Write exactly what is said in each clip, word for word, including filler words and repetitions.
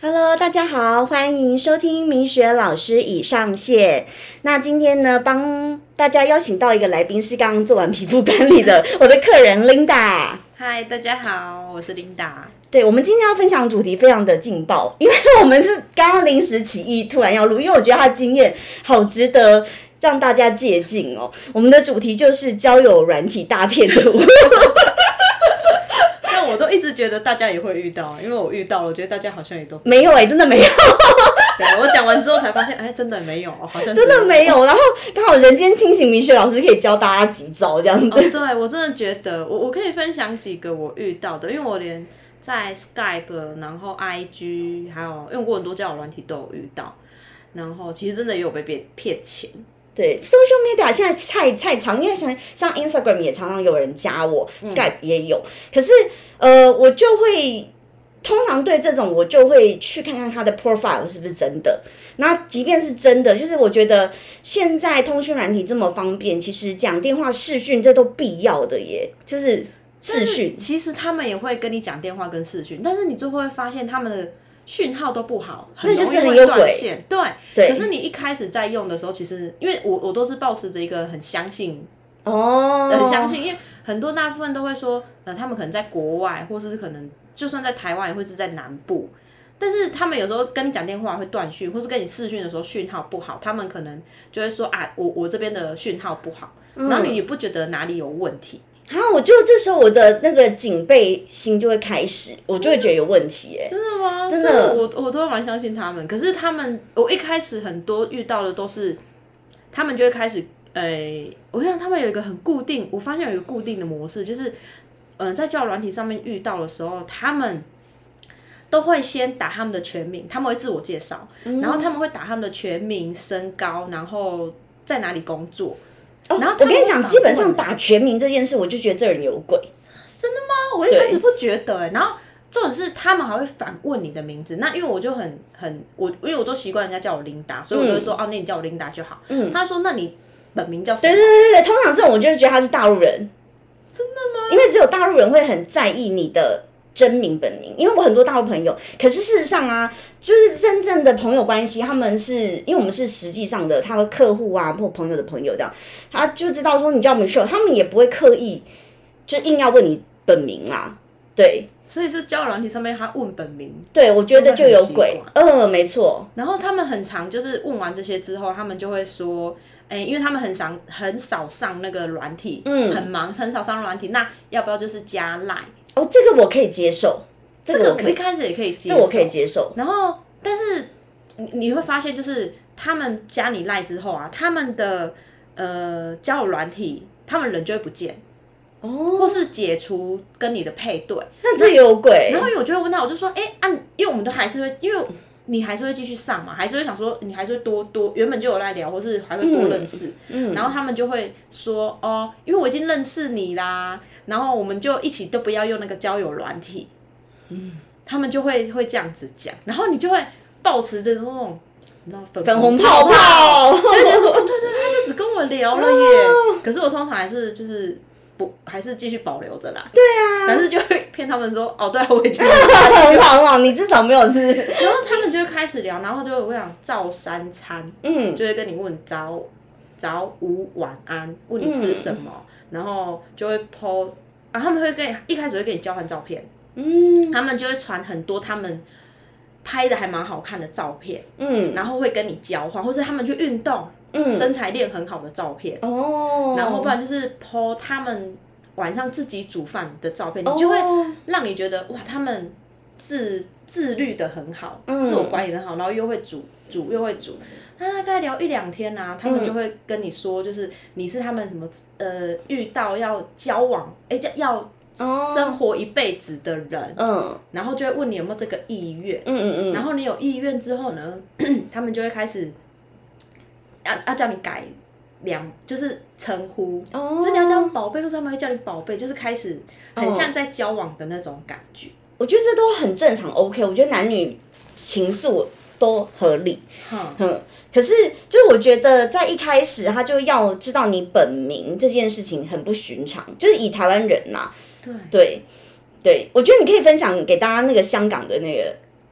Hello， 大家好，欢迎收听明雪老师已上线。那今天呢，帮大家邀请到一个来宾，是刚刚做完皮肤管理的我的客人 Linda。 嗨，大家好，我是 Linda。 对，我们今天要分享的主题非常的劲爆，因为我们是刚刚临时起意突然要录，因为我觉得他的经验好值得让大家借鉴哦。我们的主题就是交友软体大骗图。 但我都一直觉得大家也会遇到，因为我遇到了，我觉得大家好像也都没有哎、欸，真的没有。 对，我讲完之后才发现，哎，真的没有，好像真的没有。然后刚好人间清醒明雪老师可以教大家几招这样子。 哦，对，我真的觉得，我我可以分享几个我遇到的，因为我连在 Skype， 然后 I G， 还有用过很多交友软体都有遇到，然后其实真的也有被骗骗钱。 对 ，social media 现在太太长，因为像像 Instagram 也常常有人加我、嗯、，Skype 也有，可是呃，我就会通常对这种我就会去看看他的 profile 是不是真的。那即便是真的，就是我觉得现在通讯软体这么方便，其实讲电话视讯这都必要的耶，就是视讯。 其实他们也会跟你讲电话跟视讯，但是你最后会发现他们的讯号都不好，很容易会断线。对，对。可是你一开始在用的时候，其实因为我我都是抱持着一个很相信， 哦， 很相信，因为很多大部分都会说，呃，他们可能在国外，或是可能就算在台湾，也会是在南部。但是他们有时候跟你讲电话会断讯，或是跟你视讯的时候讯号不好，他们可能就会说啊，我我这边的讯号不好，嗯、然后你也不觉得哪里有问题。 然后我就这时候我的那个警备心就会开始，我就会觉得有问题哎、欸， 真的吗？ 真的， 我我都蛮相信他们。可是他们，我一开始很多遇到的都是，他们就会开始，呃，我想他们有一个很固定，我发现有一个固定的模式，就是，嗯、呃，在交友软体上面遇到的时候，他们都会先打他们的全名，他们会自我介绍，嗯、然后他们会打他们的全名、身高，然后在哪里工作。 哦、然后我跟你讲，基本上打全名这件事，我就觉得这人有鬼。 真的吗？我一开始不觉得哎、欸，然后重点是他们还会反问你的名字。那因为我就很很我，因为我都习惯人家叫我琳达，所以我都会说、嗯、哦，那你叫我琳达就好。嗯，他说那你本名叫什么？ 对对对对，通常这种我就会觉得他是大陆人。 真的吗？ 因为只有大陆人会很在意你的真名本名，因为我很多大陆朋友，可是事实上啊，就是真正的朋友关系，他们是因为我们是实际上的他的客户啊或朋友的朋友这样，他就知道说你叫 Michelle， 他们也不会刻意就硬要问你本名啦，对。 所以是交友软体上面他问本名， 对，我觉得就有鬼，嗯，没错。 然后他们很常就是问完这些之后，他们就会说，哎、欸，因为他们很常很少上那个软体，嗯，很忙，很少上软体，那要不要就是加 Line？ 哦，这个我可以接受， 这个我一开始也可以接受， 这我可以接受。 然后，但是你你会发现，就是他们加你 Line 之后啊，他们的呃交友软体，他们人就会不见。哦，或是解除跟你的配对， 那这有鬼。 然后我就会问他，我就说，哎、欸，啊，因为我们都还是会，因为你还是会继续上嘛，还是会想说，你还是会多多原本就有来聊，或是还会多认识。嗯，嗯然后他们就会说，哦，因为我已经认识你啦，然后我们就一起都不要用那个交友软体。嗯，他们就会会这样子讲，然后你就会抱持这种。你知道粉粉红泡泡， 就会觉得说，哦，对对，他就只跟我聊了耶。哦、可是我通常还是就是不，还是继续保留着啦。 对啊， 但是就会骗他们说，哦，对，我已经很好哦，你至少没有是。 然后他们就会开始聊，然后就会我想照三餐，嗯，就会跟你问早早午晚安，问你吃什么，嗯、然后就会 po 啊，他们会跟你一开始会跟你交换照片，嗯，他们就会传很多他们拍的还蛮好看的照片，嗯，然后会跟你交换，或是他们去运动，嗯，身材练很好的照片，哦，然后不然就是 po 他们晚上自己煮饭的照片，你就会让你觉得哇，他们自自律的很好，嗯、自我管理的很好，然后又会煮煮又会煮。那大概聊一两天啊，他们就会跟你说，就是你是他们什么呃遇到要交往，哎、欸、要。生活一辈子的人，嗯，然后就会问你有没有这个意愿，嗯嗯嗯，然后你有意愿之后呢，他们就会开始要要叫你改两，就是称呼，哦，所以你要叫宝贝，或者他们会叫你宝贝，就是开始很像在交往的那种感觉。哦、 我觉得这都很正常 ，OK， 我觉得男女情愫都合理，嗯嗯。可是，就是我觉得在一开始他就要知道你本名这件事情很不寻常，就是以台湾人呐、啊。对对对，我觉得你可以分享给大家那个香港的那个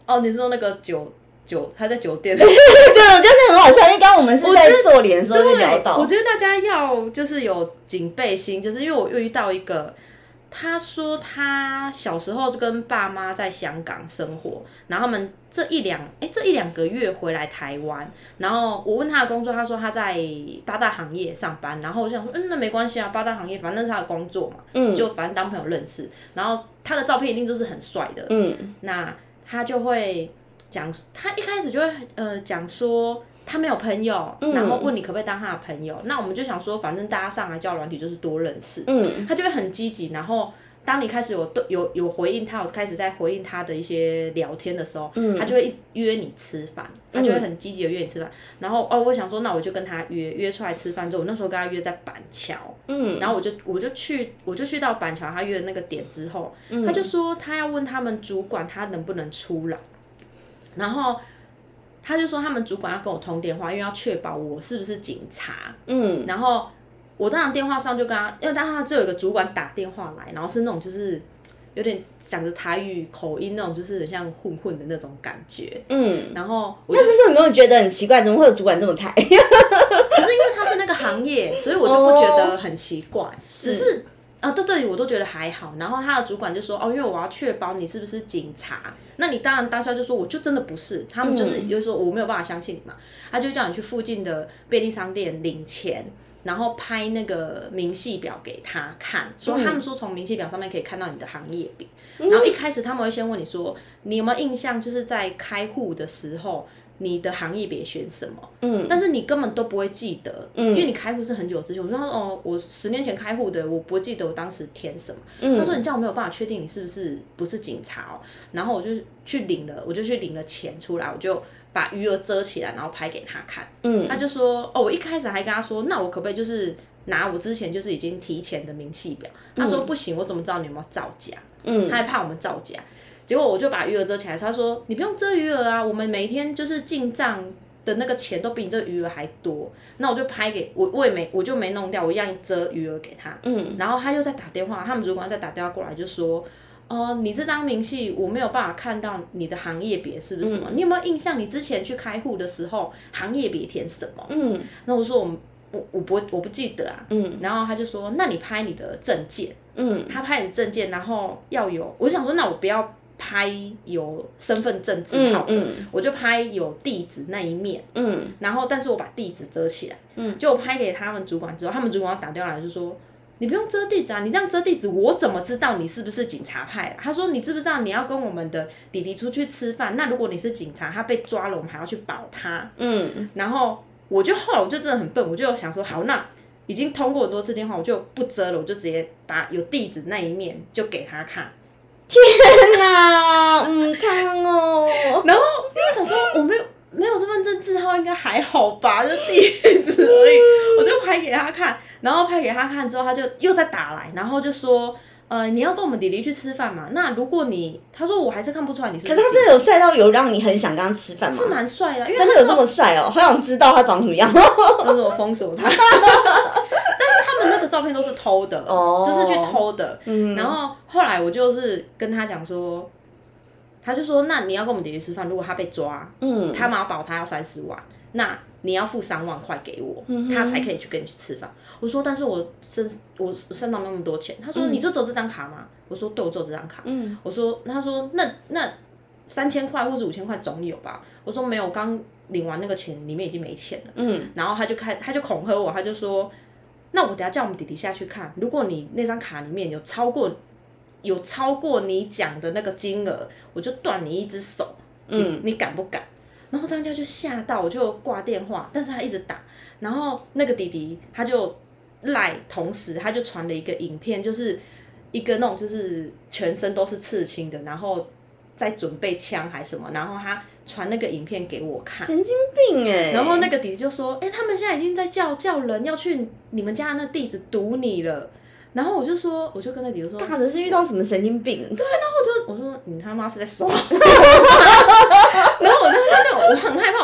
哦，你说那个酒酒，他在酒店。 对，我觉得那很好笑，因为刚刚我们是在做脸的时候就聊到。 我觉得大家要就是有警备心，就是因为我遇到一个。他说他小时候跟爸妈在香港生活，然后他们这一两哎这一两个月回来台湾，然后我问他的工作，他说他在八大行业上班，然后我就想说，嗯，那没关系啊，八大行业反正那是他的工作嘛，嗯，就反正当朋友认识，然后他的照片一定就是很帅的，嗯，那他就会讲，他一开始就会呃讲说。他没有朋友，然后问你可不可以当他的朋友，嗯、那我们就想说，反正大家上来交友软体就是多认识，嗯，他就会很积极，然后当你开始有有有回应他，有开始在回应他的一些聊天的时候，嗯、他就会约你吃饭，他就会很积极的约你吃饭，然后哦，我想说，那我就跟他约约出来吃饭之后，我那时候跟他约在板桥，嗯，然后我就我就去我就去到板桥他约的那个点之后，嗯、他就说他要问他们主管他能不能出来，然后。他就说他们主管要跟我通电话，因为要确保我是不是警察。嗯，然后我当然电话上就跟他，因为当他只有一个主管打电话来，然后是那种就是有点讲着台语口音那种，就是很像混混的那种感觉。嗯，然后但是有没有觉得很奇怪，怎么会有主管这么台？可是因为他是那个行业，所以我就不觉得很奇怪，哦、只是。啊，对对，我都觉得还好。然后他的主管就说：“哦，因为我要确保你是不是警察，那你当然当下就说我就真的不是。他们就是就说我没有办法相信你嘛，他就叫你去附近的便利商店领钱，然后拍那个明细表给他看，说他们说从明细表上面可以看到你的行业比。然后一开始他们会先问你说，你有没有印象，就是在开户的时候。”你的行业别选什么？嗯，但是你根本都不会记得，嗯，因为你开户是很久之前。我说哦，我十年前开户的，我不会记得我当时填什么。嗯，他说你这样我没有办法确定你是不是不是警察哦。然后我就去领了，我就去领了钱出来，我就把余额遮起来，然后拍给他看。嗯，他就说哦，我一开始还跟他说，那我可不可以就是拿我之前就是已经提前的明细表？他说不行，我怎么知道你有没有造假？嗯，他还怕我们造假。结果我就把余额遮起来，他说你不用遮余额啊，我们每天就是进账的那个钱都比你这个余额还多。那我就拍给我，我也没我就没弄掉，我一样遮余额给他。嗯，然后他又在打电话，他们主管再打电话过来就说，哦、呃，你这张明细我没有办法看到你的行业别是不是什么？嗯、你有没有印象？你之前去开户的时候行业别填什么？嗯，那我说我我我不我不记得啊。嗯，然后他就说，那你拍你的证件。嗯，他拍你的证件，然后要有，我想说那我不要。拍有身份证字号的，嗯嗯、我就拍有地址那一面，嗯，然后但是我把地址遮起来，嗯，就我拍给他们主管之后，他们主管打电话来就说，你不用遮地址啊，你这样遮地址，我怎么知道你是不是警察派啊？他说你知不知道你要跟我们的弟弟出去吃饭，那如果你是警察，他被抓了，我们还要去保他，嗯，然后我就后来我就真的很笨，我就想说好，那已经通过很多次电话，我就不遮了，我就直接把有地址那一面就给他看。 天哪，嗯，看哦。 然后因为我想说我没有没有身份证字号应该还好吧，就地址而已，我就拍给他看，然后拍给他看之后，他就又再打来，然后就说，呃，你要跟我们弟弟去吃饭嘛？那如果你，他说我还是看不出来你是不是。 可是他真的有帅到有让你很想跟他吃饭吗？ 是蛮帅的，因为真的有这么帅哦，好想知道他长什么样。 但是我封锁他。那个照片都是偷的，哦、就是去偷的。嗯、然后后来我就是跟他讲说，他就说，那你要跟我们弟弟吃饭，如果他被抓，嗯，他们要保他要三十万，那你要付三万块给我，嗯、他才可以去跟你去吃饭。我说，但是我身我身上没有那么多钱。他说，嗯、你就只有这张卡吗？我说，对，我只有这张卡。嗯、我说，他说，那那三千块或者五千块总有吧？我说没有，我刚领完那个钱，里面已经没钱了。嗯，然后他就开，他就恐吓我，他就说。那我等下叫我们弟弟下去看，如果你那张卡里面有超过有超过你讲的那个金额，我就断你一只手。嗯，你, 你敢不敢？然后当家就吓到，我就挂电话，但是他一直打，然后那个弟弟他就赖，同时他就传了一个影片，就是一个那种就是全身都是刺青的，然后在准备枪还什么，然后他传那个影片给我看， 神经病哎、欸！ 然后那个弟弟就说：“哎、欸，他们现在已经在叫叫人要去你们家的那地址堵你了。”然后我就说，我就跟那弟弟说：“ 大的是遇到什么神经病？” 对，然后我就我说：“你他妈是在耍！”然后我那时候就我很害怕，我就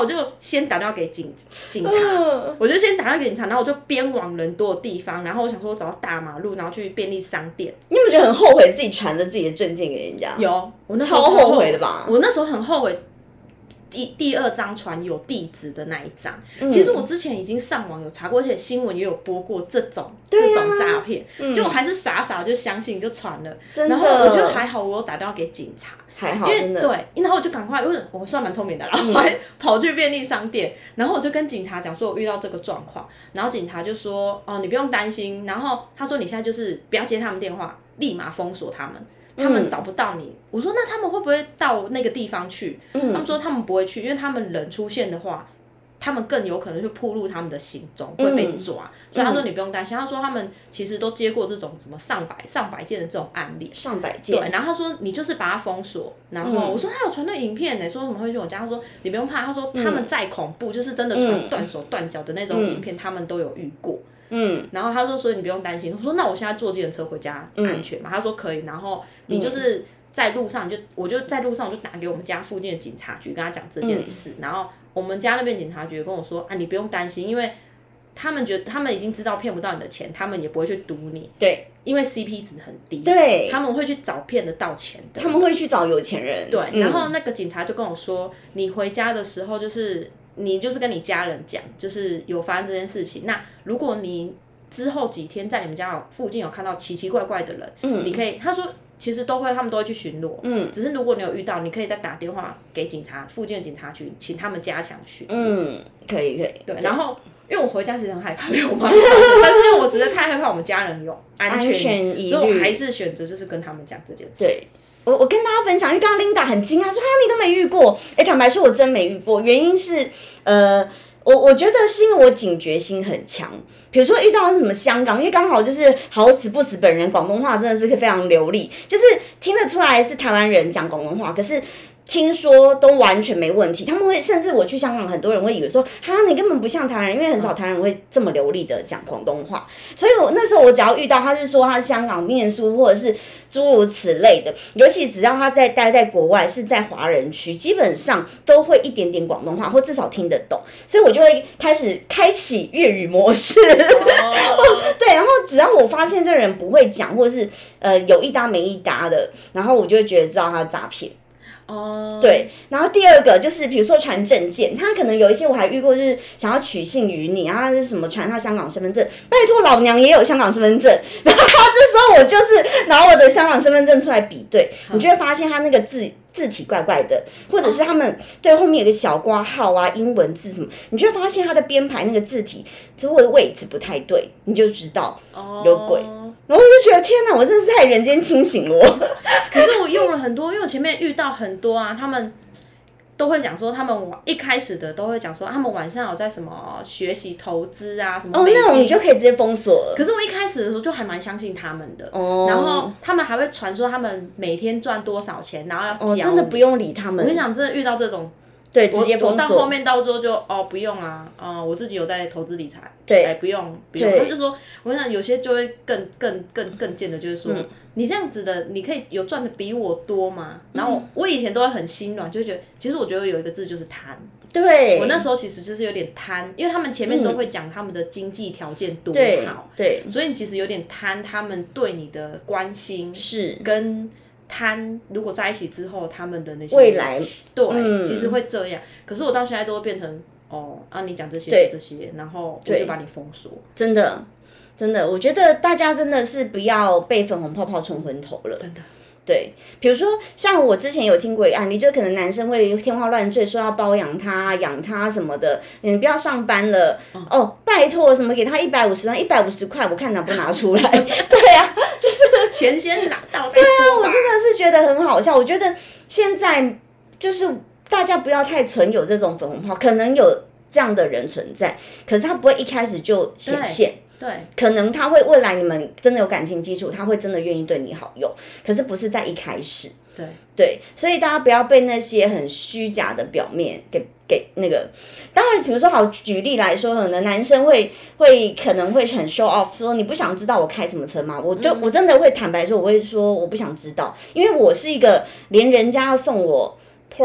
先打电话给警警察，嗯、我就先打电话给警察，然后我就边往人多的地方，然后我想说我走到大马路，然后去便利商店。 你有没有觉得很后悔自己传了自己的证件给人家？ 有，我那时候超后悔的吧？ 我那时候很后悔。第第二张传有地址的那一张、嗯，其实我之前已经上网有查过，而且新闻也有播过这种、啊、这种诈骗，就、嗯、我还是傻傻就相信就传了，然后我觉得还好，我有打电话给警察， 还好， 因为对，然后我就赶快，因为我算蛮聪明的啦，我、嗯、还跑去便利商店，然后我就跟警察讲说我遇到这个状况，然后警察就说哦你不用担心，然后他说你现在就是不要接他们电话，立马封锁他们。他们找不到你、嗯，我说那他们会不会到那个地方去、嗯？他们说他们不会去，因为他们人出现的话，他们更有可能会暴露他们的行踪，会被抓、嗯。所以他说你不用担心，他说他们其实都接过这种什么上百上百件的这种案例， 上百件。 对，然后他说你就是把它封锁，然后、嗯、我说他有传那影片呢，说什么会去我家，他说你不用怕，他说他们再恐怖，嗯、就是真的传断手断脚的那种影片、嗯，他们都有遇过。嗯，然后他说，所以你不用担心。我说，那我现在坐计程车回家安全吗？嗯、他说可以。然后你就是在路上，你就我就在路上，我就打给我们家附近的警察局，跟他讲这件事、嗯。然后我们家那边警察局跟我说，啊，你不用担心，因为他们觉得他们已经知道骗不到你的钱，他们也不会去赌你。 对， 因为 C P 值很低。 对， 他们会去找骗得到钱的。 他们会去找有钱人。 对，嗯、然后那个警察就跟我说，你回家的时候就是你就是跟你家人讲，就是有发生这件事情。那如果你之后几天在你们家附近有看到奇奇怪怪的人，嗯，你可以，他说其实都会，他们都会去巡逻，嗯，只是如果你有遇到，你可以再打电话给警察，附近的警察局，请他们加强巡逻， 嗯，可以可以， 对，然后因为我回家其实很害怕，因为我妈，但是因为我实在太害怕我们家人有安全， 安全疑虑， 所以我还是选择就是跟他们讲这件事。 对。我我跟大家分享，因为刚刚 Linda 很惊讶说啊，你都没遇过，哎，坦白说，我真没遇过，原因是呃。我我觉得是因为我警觉心很强，比如说遇到什么香港，因为刚好就是好死不死，本人广东话真的是非常流利，就是听得出来是台湾人讲广东话，可是听说都完全没问题。他们会甚至我去香港，很多人会以为说，哈，你根本不像台湾人，因为很少台湾人会这么流利的讲广东话。所以我那时候我只要遇到他是说他是香港念书，或者是诸如此类的，尤其只要他在待在国外，是在华人区，基本上都会一点点广东话，或至少听得懂。所以我就会开始开启粤语模式。Oh. 对，然后只要我发现这个人不会讲，或者是呃有一搭没一搭的，然后我就会觉得知道他是诈骗。哦、oh. ，对，然后第二个就是比如说传证件，他可能有一些我还遇过，就是想要取信于你，然后他是什么传他香港身份证，拜托老娘也有香港身份证，然后这时候我就是拿我的香港身份证出来比对，你就会发现他那个字字体怪怪的，或者是他们对后面有个小括号啊，英文字什么，你就会发现他的编排那个字体之后的位置不太对，你就知道有鬼。Oh.然后我就觉得天哪，我真是太人间清醒了。 可是我用了很多，因为我前面遇到很多啊，他们都会讲说，他们一开始的都会讲说，他们晚上有在什么学习投资啊，什么哦，那种你就可以直接封锁了。 可是我一开始的时候就还蛮相信他们的，哦，然后他们还会传说他们每天赚多少钱，然后要交、哦， 真的不用理他们。 我跟你讲，真的遇到这种。 对，直接封锁。 我到后面到之后就哦不用啊，哦我自己有在投资理财， 对， 哎不用不用，他们就说，我跟你讲有些就会更更更更贱的，就是说、嗯、你这样子的，你可以有赚的比我多吗？然后 我,、嗯、我以前都会很心软，就会觉得，其实我觉得有一个字就是贪。 对， 我那时候其实就是有点贪，因为他们前面都会讲他们的经济条件多好， 对， 所以你其实有点贪他们对你的关心， 是跟。贪如果在一起之后，他们的那些未来对、嗯，其实会这样。可是我到现在都会变成哦，啊，你讲这些这些，然后我就把你封锁。 真的，真的，我觉得大家真的是不要被粉红泡泡冲昏头了。 真的， 对，比如说像我之前有听过一个案例，就可能男生会天花乱坠说要包养他、养他什么的，你不要上班了，哦，哦拜托什么给他一百五十万、一百五十块，我看拿不拿出来？对啊，就是钱先拿到再说吧。 对啊，我真的是觉得很好笑。我觉得现在就是大家不要太存有这种粉红泡，可能有这样的人存在，可是他不会一开始就显现。 对， 可能他会未来你们真的有感情基础，他会真的愿意对你好用，可是不是在一开始。 对对，所以大家不要被那些很虚假的表面给给那个。当然，比如说好举例来说，可能男生会会可能会很 show off， 说你不想知道我开什么车吗？我就、嗯、我真的会坦白说，我会说我不想知道，因为我是一个连人家要送我 Porsche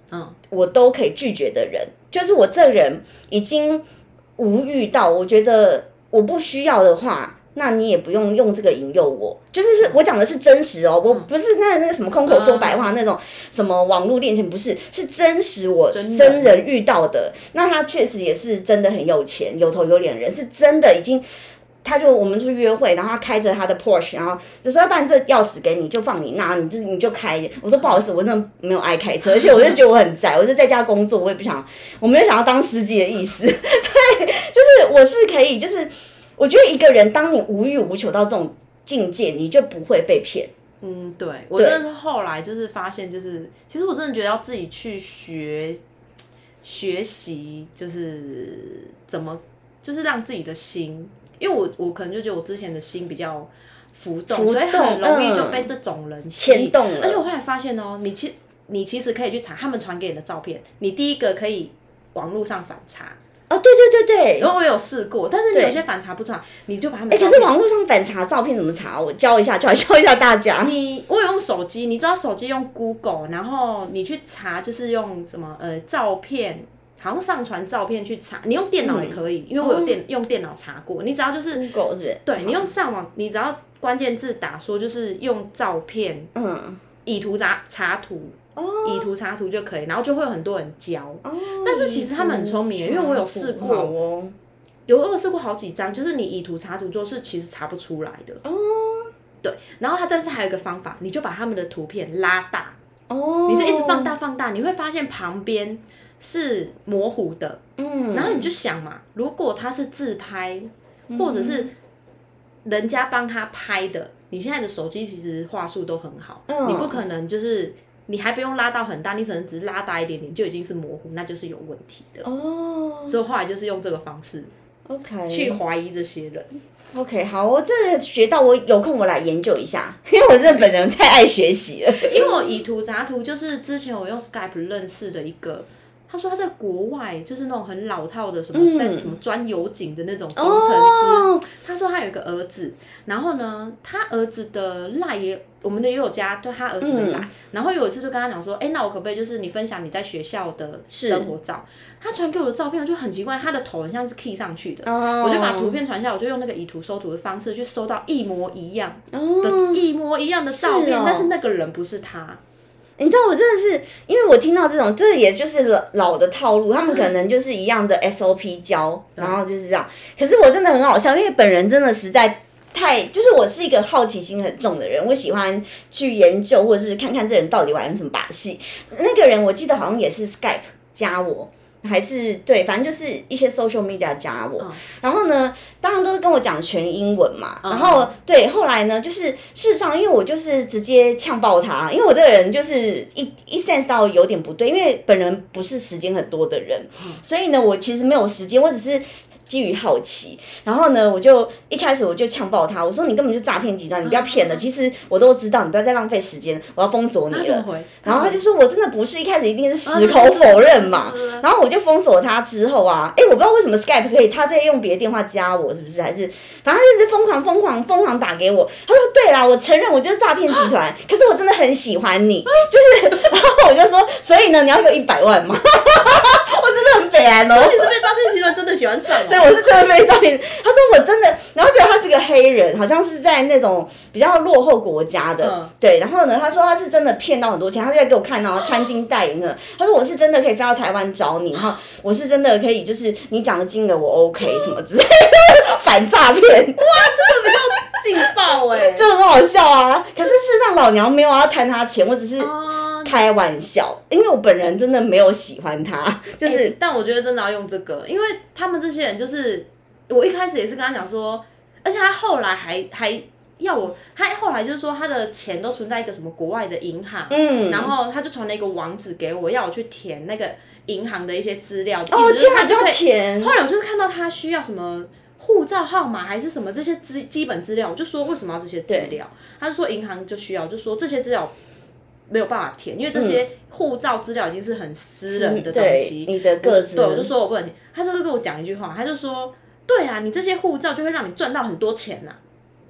嗯， 我都可以拒绝的人，就是我这人已经无欲到，我觉得我不需要的话，那你也不用用这个引诱我。就是我讲的是真实哦，我不是那那个什么空口说白话、嗯、那种什么网络恋情，不是，是真实我真人遇到的。那他确实也是真的很有钱，有头有脸的人，是真的已经。他就我们去约会，然后他开着他的 Porsche， 然后就说要不然这钥匙给你，就放你那，你就你就开。我说不好意思，我真的没有爱开车，而且我就觉得我很宅，我就在家工作，我也不想，我没有想要当司机的意思。对，就是我是可以，就是我觉得一个人当你无欲无求到这种境界，你就不会被骗。 嗯，对，我真的是后来就是发现，就是其实我真的觉得要自己去学学习，就是怎么就是让自己的心。因为我我可能就觉得我之前的心比较浮动，浮动所以很容易就被这种人牵动了。 而且我后来发现哦，你其你其实可以去查他们传给你的照片，你第一个可以网络上反查。 哦，对对对对。 然后我有试过，但是你有些反查不出来，你就把他们。 哎、欸，可是网络上反查照片怎么查？我教一下，教教一下大家。 你我有用手机，你知道手机用 Google， 然后你去查就是用什么呃照片。好像上传照片去查，你用电脑也可以，嗯、因为我有电、嗯、用电脑查过。你只要就是 Google 是不是？ 对，你用上网，你只要关键字打说就是用照片，嗯，以图查查图，哦，以图查图就可以，然后就会有很多人教。哦，但是其实他们很聪明，因为我有试过，哦，有我有试过好几张，就是你以图查图做是其实查不出来的。哦，对，然后它但是还有一个方法，你就把他们的图片拉大，哦，你就一直放大放大，你会发现旁边。是模糊的，嗯，然后你就想嘛，如果他是自拍，嗯、或者是人家帮他拍的，你现在的手机其实画素都很好，嗯、你不可能就是你还不用拉到很大，你可能只是拉大一点点就已经是模糊，那就是有问题的。哦，所以后来就是用这个方式 ，OK， 去怀疑这些人。 OK， 好，我这个学到，我有空我来研究一下，因为我这本人太爱学习了。 因为我以图查图，就是之前我用 Skype 认识的一个。他说他在国外就是那种很老套的什么、嗯、在什么钻油井的那种工程师、哦、他说他有一个儿子，然后呢他儿子的 LINE 也我们的也有加就他儿子的 LINE、嗯、然后有一次就跟他讲说哎、欸，那我可不可以就是你分享你在学校的生活照，他传给我的照片就很奇怪，他的头很像是 key 上去的、哦、我就把图片传下来，我就用那个以图搜图的方式去搜到一模一样的、哦、一模一样的照片、哦、但是那个人不是他。 你知道我真的是，因为我听到这种，这也就是老老的套路，他们可能就是一样的 S O P 教，然后就是这样。可是我真的很好笑，因为本人真的实在太，就是我是一个好奇心很重的人，我喜欢去研究或者是看看这人到底玩什么把戏。那个人我记得好像也是 Skype 加我。还是对，反正就是一些 social media 加我，嗯、然后呢，当然都是跟我讲全英文嘛。嗯、然后对，后来呢，就是事实上，因为我就是直接呛爆他，因为我这个人就是一一 sense 到有点不对，因为本人不是时间很多的人，嗯、所以呢，我其实没有时间，我只是。基于好奇，然后呢，我就一开始我就呛爆他，我说你根本就诈骗集团，你不要骗了，其实我都知道，你不要再浪费时间，我要封锁你了。然后他就说我真的不是，一开始一定是矢口否认嘛。然后我就封锁他之后啊，哎，我不知道为什么 Skype 可以，他在用别的电话加我，是不是？还是反正他就是疯狂疯狂疯狂打给我。他说对啦，我承认我就是诈骗集团，可是我真的很喜欢你，就是，然后我就说，所以呢，你要给我一百万吗？我真的很北蓝哦， 你是被诈骗集团真的喜欢上、啊？ 对，我是真的被诈骗。他说我真的，然后觉得他是个黑人，好像是在那种比较落后国家的，嗯、对。然后呢，他说他是真的骗到很多钱，他就在给我看到穿金戴银的。他说我是真的可以飞到台湾找你，然后我是真的可以，就是你讲的金额我 OK 什么之类的，反诈骗。哇，这个比较劲爆哎、欸， 这很好笑啊。可是事实上老娘没有要贪他钱，我只是。开玩笑，因为我本人真的没有喜欢他，就是、 欸，但我觉得真的要用这个，因为他们这些人就是，我一开始也是跟他讲说，而且他后来还还要我，他后来就是说他的钱都存在一个什么国外的银行，嗯，然后他就传了一个网址给我，要我去填那个银行的一些资料， 哦，天啊，就要钱。 后来我就是看到他需要什么护照号码还是什么这些资基本资料，我就说为什么要这些资料？他就说银行就需要，就说这些资料。没有办法填，因为这些护照资料已经是很私人的东西， 嗯、你的个资。 对，我就说我不能填。他就跟我讲一句话，他就说：“对啊，你这些护照就会让你赚到很多钱呐、啊。”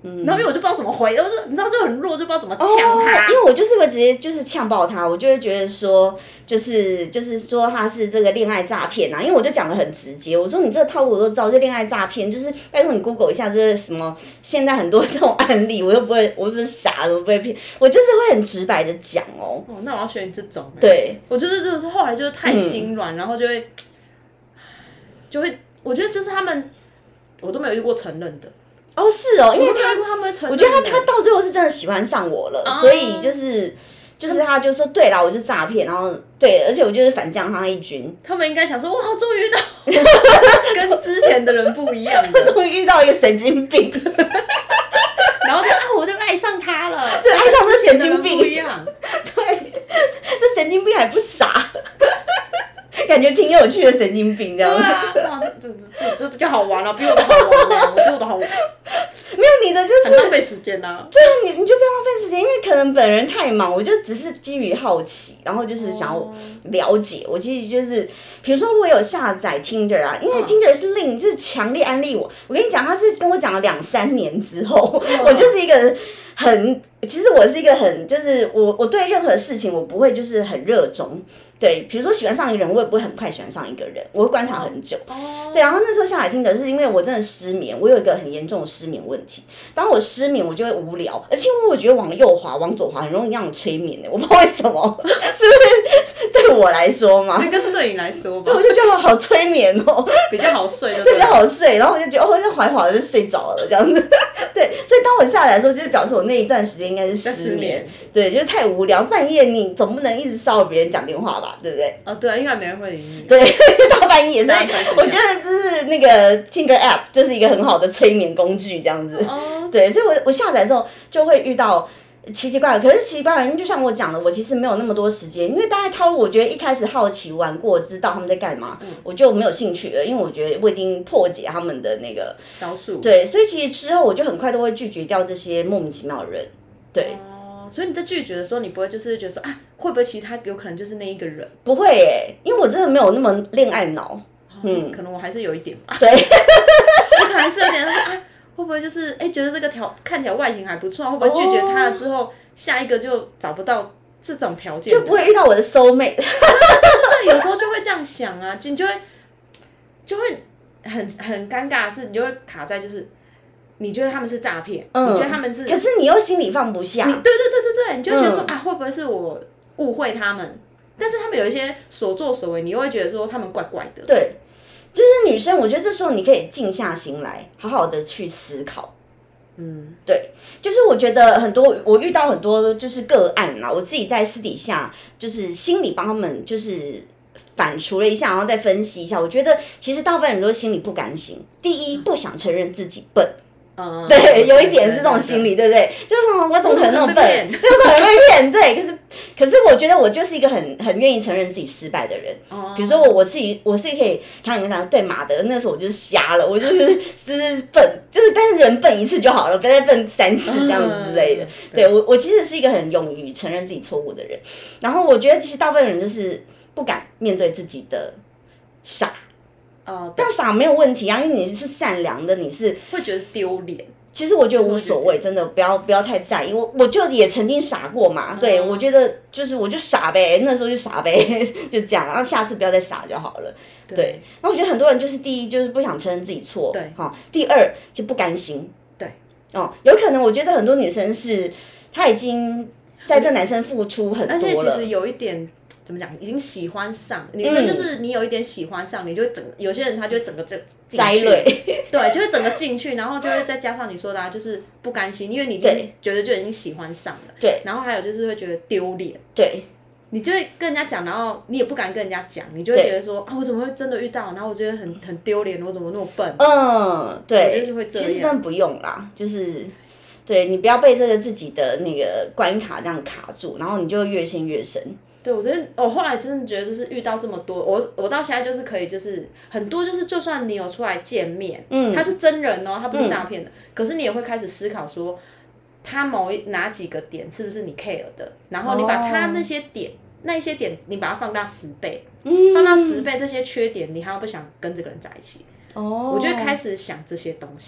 嗯，然后因为我就不知道怎么回，我就你知道就很弱，就不知道怎么呛他。 哦，因为我就是会直接就是呛爆他，我就会觉得说，就是就是说他是这个恋爱诈骗啊，因为我就讲的很直接，我说你这个套路我都知道，就恋爱诈骗，就是拜托你 Google 一下这是什么，现在很多这种案例，我又不会，我又不是傻的，我不会骗，我就是会很直白的讲哦。 哦，那我要选你这种。 对， 我觉得就是后来就是太心软，嗯、然后就会就会，我觉得就是他们，我都没有遇过承认的。 哦，是哦，因为他， 他们会我觉得他他到最后是真的喜欢上我了，啊、所以就是就是他就说对啦，我就诈骗，然后对，而且我就是反将他一军。 他们应该想说，哇，终于遇到跟之前的人不一样的， 终于遇到一个神经病， 然后就啊，我就爱上他了， 就爱上这神经病不一样， 对，这神经病还不傻。感觉挺有趣的神经病这样子。 对啊，哇，这这这这比较好玩啊，比我的好玩呢、欸，我觉得我的好玩。 没有你的就是很浪费时间啊。 对，你你就不要浪费时间，因为可能本人太忙，我就只是基于好奇，然后就是想要了解。我其实就是，比如说我有下载 Tinder 啊，因为 Tinder 是令就是强烈安利我。我跟你讲，他是跟我讲了两三年之后，我就是一个很，其实我是一个很，就是我我对任何事情我不会就是很热衷。对，比如说喜欢上一个人，我也不会很快喜欢上一个人，我会观察很久。Oh. 对，然后那时候下来听的是因为我真的失眠，我有一个很严重的失眠问题。当我失眠，我就会无聊，而且我觉得往右滑、往左滑很容易让我催眠的，我不知道为什么，是不是对我来说嘛？ 那个是对你来说吧？ 对，我就觉得好催眠哦， 比较好睡就对，比较好睡，然后我就觉得哦，就滑一滑就睡着了这样子。对，所以当我下来的时候，就是表示我那一段时间应该是失眠。对，就是太无聊，半夜你总不能一直骚扰别人讲电话吧？对不对？ 哦，对，应该没人会理你。 对，到半夜，所以我觉得就是那个 Tinder App 就是一个很好的催眠工具，这样子。哦。对，所以我我下载的时候就会遇到奇奇怪怪，可是奇奇怪怪，就像我讲的，我其实没有那么多时间，因为大概套路，我觉得一开始好奇玩过，知道他们在干嘛，嗯、我就没有兴趣了，因为我觉得我已经破解他们的那个招数。 对，所以其实之后我就很快都会拒绝掉这些莫名其妙的人。对。 哦所以你在拒绝的时候，你不会就是觉得说啊，会不会其实他有可能就是那一个人？ 不会耶、欸，因为我真的没有那么恋爱脑。 嗯，可能我还是有一点吧。 对， 我可能是有点说啊，会不会就是哎、欸、觉得这个条看起来外形还不错，会不会拒绝他了之后，哦、下一个就找不到这种条件， 就不会遇到我的 soul mate。 对，有时候就会这样想啊，就你就会就会很很尴尬的是，你就会卡在就是。你觉得他们是诈骗、嗯？你觉得他们是？ 可是你又心里放不下。 对对对对对，你就会觉得说、嗯、啊，会不会是我误会他们？但是他们有一些所作所为，你又会觉得说他们怪怪的。 对，就是女生，我觉得这时候你可以静下心来，好好的去思考。嗯，对，就是我觉得很多，我遇到很多就是个案啦，我自己在私底下就是心里帮他们就是反刍了一下，然后再分析一下。我觉得其实大部分人都心里不甘心，第一不想承认自己笨。嗯、对，有一点是这种心理，对不对？就是什么，我怎么可能那么笨？对，我怎么会被骗？对，可是，可是我觉得我就是一个很很愿意承认自己失败的人。哦、比如说我我自己，我是可以看你讲，对马德那时候我就是瞎了，我就是就是笨，就是但是人笨一次就好了，不要再笨三次这样子之类的。嗯、对, 对我我其实是一个很勇于承认自己错误的人，然后我觉得其实大部分人就是不敢面对自己的傻。呃，但傻没有问题啊，因为你是善良的，你是会觉得丢脸。其实我觉得无所谓，真的不要不要太在意。我我就也曾经傻过嘛，嗯、对我觉得就是我就傻呗，那时候就傻呗，就这样，然后下次不要再傻就好了。对，对那我觉得很多人就是第一就是不想承认自己错，对哈、哦。第二就不甘心，对哦，有可能我觉得很多女生是她已经在这男生付出很多了，而且其实有一点。怎么讲？已经喜欢上女生，就是你有一点喜欢上，嗯、你就会整有些人他就会整个这进去，对，就会整个进去，然后就会再加上你说的、啊，就是不甘心，因为你已经觉得就已经喜欢上了，对，然后还有就是会觉得丢脸，对，你就会跟人家讲，然后你也不敢跟人家讲，你就会觉得说啊，我怎么会真的遇到？然后我觉得很很丢脸，我怎么那么笨？嗯，对，我觉得就会这样。 其实真的不用啦，就是对你不要被这个自己的那个关卡这样卡住，然后你就越陷越深。 对，我真的，我后来真的觉得，就是遇到这么多，我我到现在就是可以，就是很多，就是就算你有出来见面，嗯，他是真人哦，他不是诈骗的，嗯、可是你也会开始思考说，他某一哪几个点是不是你 care 的，然后你把他那些点，哦、那一些点，你把它放大十倍，嗯，放大十倍，这些缺点，你还要不想跟这个人在一起？哦，我就会开始想这些东西。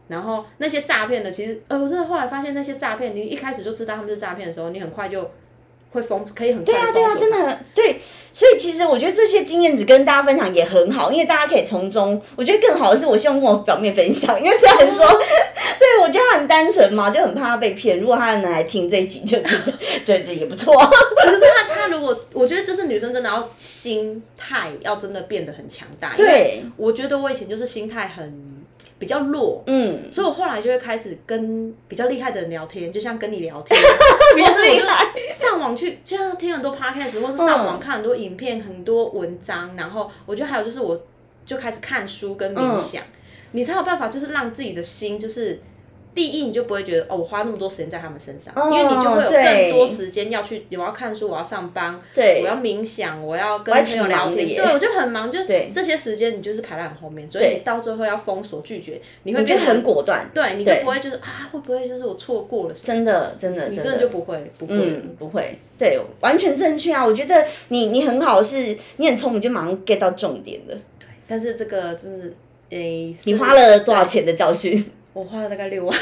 然后那些诈骗的，其实呃，我真的后来发现那些诈骗，你一开始就知道他们是诈骗的时候，你很快就会封，可以很快的封锁。 对啊，对啊，真的对。所以其实我觉得这些经验值跟大家分享也很好，因为大家可以从中，我觉得更好的是我希望跟我表妹分享，因为虽然说，对我觉得她很单纯嘛，就很怕她被骗。如果她能来听这一集，就觉得对对也不错。 可是她她如果，我觉得就是女生真的要心态要真的变得很强大。对，我觉得我以前就是心态很比较弱，嗯，所以我后来就会开始跟比较厉害的人聊天，就像跟你聊天， 比较厉害， 上网去就像听很多 podcast， 或是上网看很多影片、嗯、很多文章，然后我觉得还有就是我就开始看书跟冥想，嗯、你才有办法就是让自己的心就是。第一，你就不会觉得哦，我花那么多时间在他们身上，哦、因为你就会有更多时间要去，我要看书，我要上班， 对， 我要冥想，我要跟朋友聊天，对，我就很忙，就这些时间你就是排在很后面，所以你到最后要封锁拒绝，你会变得很果断， 对，你就不会就是啊，会不会就是我错过了什么？ 真的，真的， 你真的就不会，不会， 嗯，不会，对，完全正确啊！我觉得你你很好，是你很聪明，就马上 get 到重点的。 对，但是这个真的，诶， 你花了多少钱的教训？ 我花了大概六万，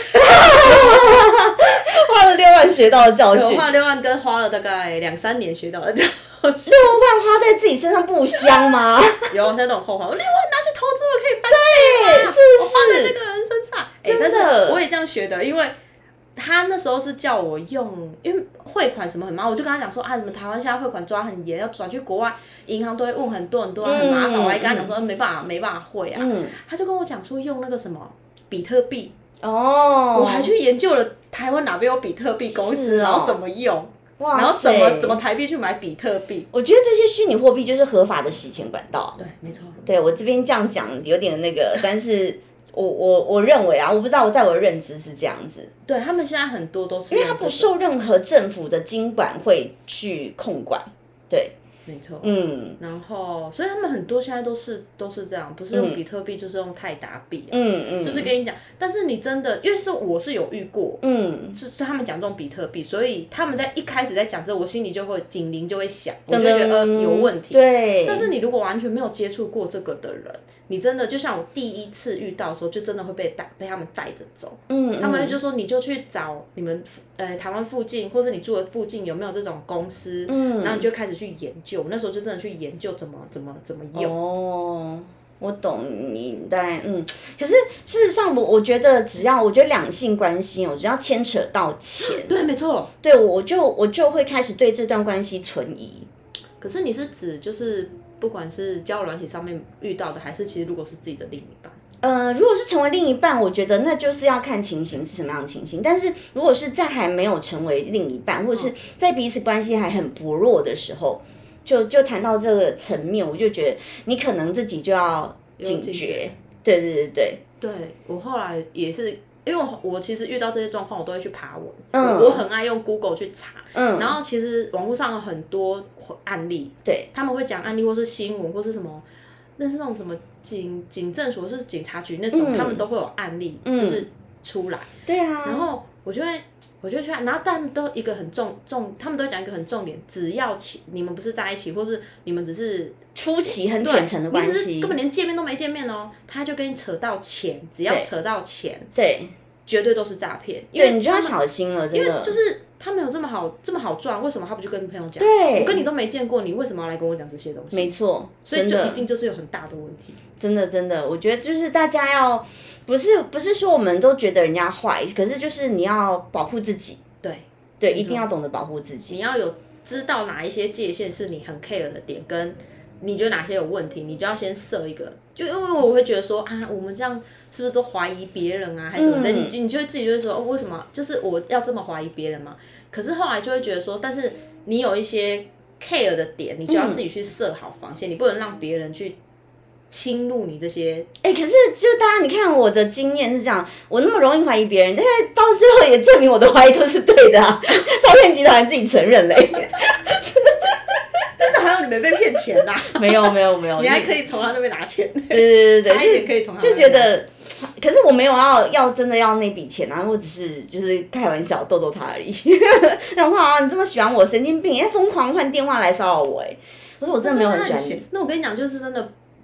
花了六万学到的教训。 我花了六万跟花了大概两三年学到的教训。 六万花在自己身上不香吗？ 有，我现在都很后悔。我六万拿去投资，我可以翻倍啊！ 对，是是，我花在那个人身上。哎、欸，但是我也这样学的，因为他那时候是叫我用，因为汇款什么很麻烦，我就跟他讲说啊，什么台湾现在汇款抓很严，要转去国外银行都会问很多很多，很麻烦。嗯、我还跟他讲说，嗯、没办法，没办法汇啊。嗯、他就跟我讲说用那个什么。比特币哦，我还去研究了台湾哪边有比特币公司，哦、然后怎么用，然后怎么怎么台币去买比特币。 我觉得这些虚拟货币就是合法的洗钱管道。 对，没错。 对我这边这样讲有点那个，但是我我我认为啊，我不知道我在我的认知是这样子。 对他们现在很多都是， 因为它不受任何政府的经管会去控管。对。 没错，嗯，然后所以他们很多现在都是都是这样，不是用比特币、嗯、就是用泰达币、啊，嗯嗯，就是跟你讲，但是你真的，因为是我是有遇过，嗯，是是他们讲这种比特币，所以他们在一开始在讲这，我心里就会警铃就会响，我就觉得呃有问题， 对。 但是你如果完全没有接触过这个的人，你真的就像我第一次遇到的时候，就真的会被带被他们带着走，嗯，他们就说你就去找你们呃台湾附近或是你住的附近有没有这种公司，嗯，然后你就开始去研究。我那时候就真的去研究怎么怎么怎么用。 哦，我懂你，但嗯，可是事实上我我觉得只要我觉得两性关系哦，只要牵扯到钱， 对，没错， 对我就我就会开始对这段关系存疑。 可是你是指就是不管是交友软体上面遇到的，还是其实如果是自己的另一半？ 呃，如果是成为另一半，我觉得那就是要看情形是什么样的情形。但是如果是在还没有成为另一半，或者是在彼此关系还很薄弱的时候，就就谈到这个层面，我就觉得你可能自己就要警觉。对对对对。 对，我后来也是，因为我我其实遇到这些状况，我都会去爬文，嗯，我, 我很爱用 Google 去查，嗯，然后其实网络上有很多案例， 对， 他们会讲案例或是新闻或是什么。那是那种什么警警政署，是警察局那种，嗯、他们都会有案例，嗯、就是出来。 对啊。 然后我就会，我就去看，然后他们都一个很重重，他们都讲一个很重点，只要你们不是在一起，或是你们只是初期很浅层的关系， 根本连见面都没见面哦，他就跟你扯到钱，只要扯到钱， 对， 绝对都是诈骗。 因为你就要小心了，真的。 因为就是他没有这么好这么好赚，为什么他不去跟朋友讲？ 对， 我跟你都没见过，你为什么要来跟我讲这些东西？ 没错， 所以就一定就是有很大的问题。 真的真的，我觉得就是大家要不是不是说我们都觉得人家坏，可是就是你要保护自己。 对对，一定要懂得保护自己。 你要有知道哪一些界限是你很 care 的点，跟你觉得哪些有问题，你就要先设一个。就因为我会觉得说啊，我们这样是不是都怀疑别人啊，还是什么的？嗯、你你就会自己就会说，哦，为什么就是我要这么怀疑别人嘛？可是后来就会觉得说，但是你有一些 care 的点，你就要自己去设好防线，嗯、你不能让别人去侵入你这些。 哎、欸，可是就大家你看我的经验是这样，我那么容易怀疑别人，但是到最后也证明我的怀疑都是对的啊，诈骗集团自己承认嘞。 但是还有你没被骗钱啦、啊？ 没有没有没有， 你还可以从他那边拿钱。 对对对对， 差一点可以从他那边拿钱。 就觉得，可是我没有要要真的要那笔钱啊，我只是就是开玩笑逗逗他而已。然后啊，你这么喜欢我，神经病，哎，疯狂换电话来骚扰我，哎，我说我真的没有很喜欢你。 那我跟你讲，就是真的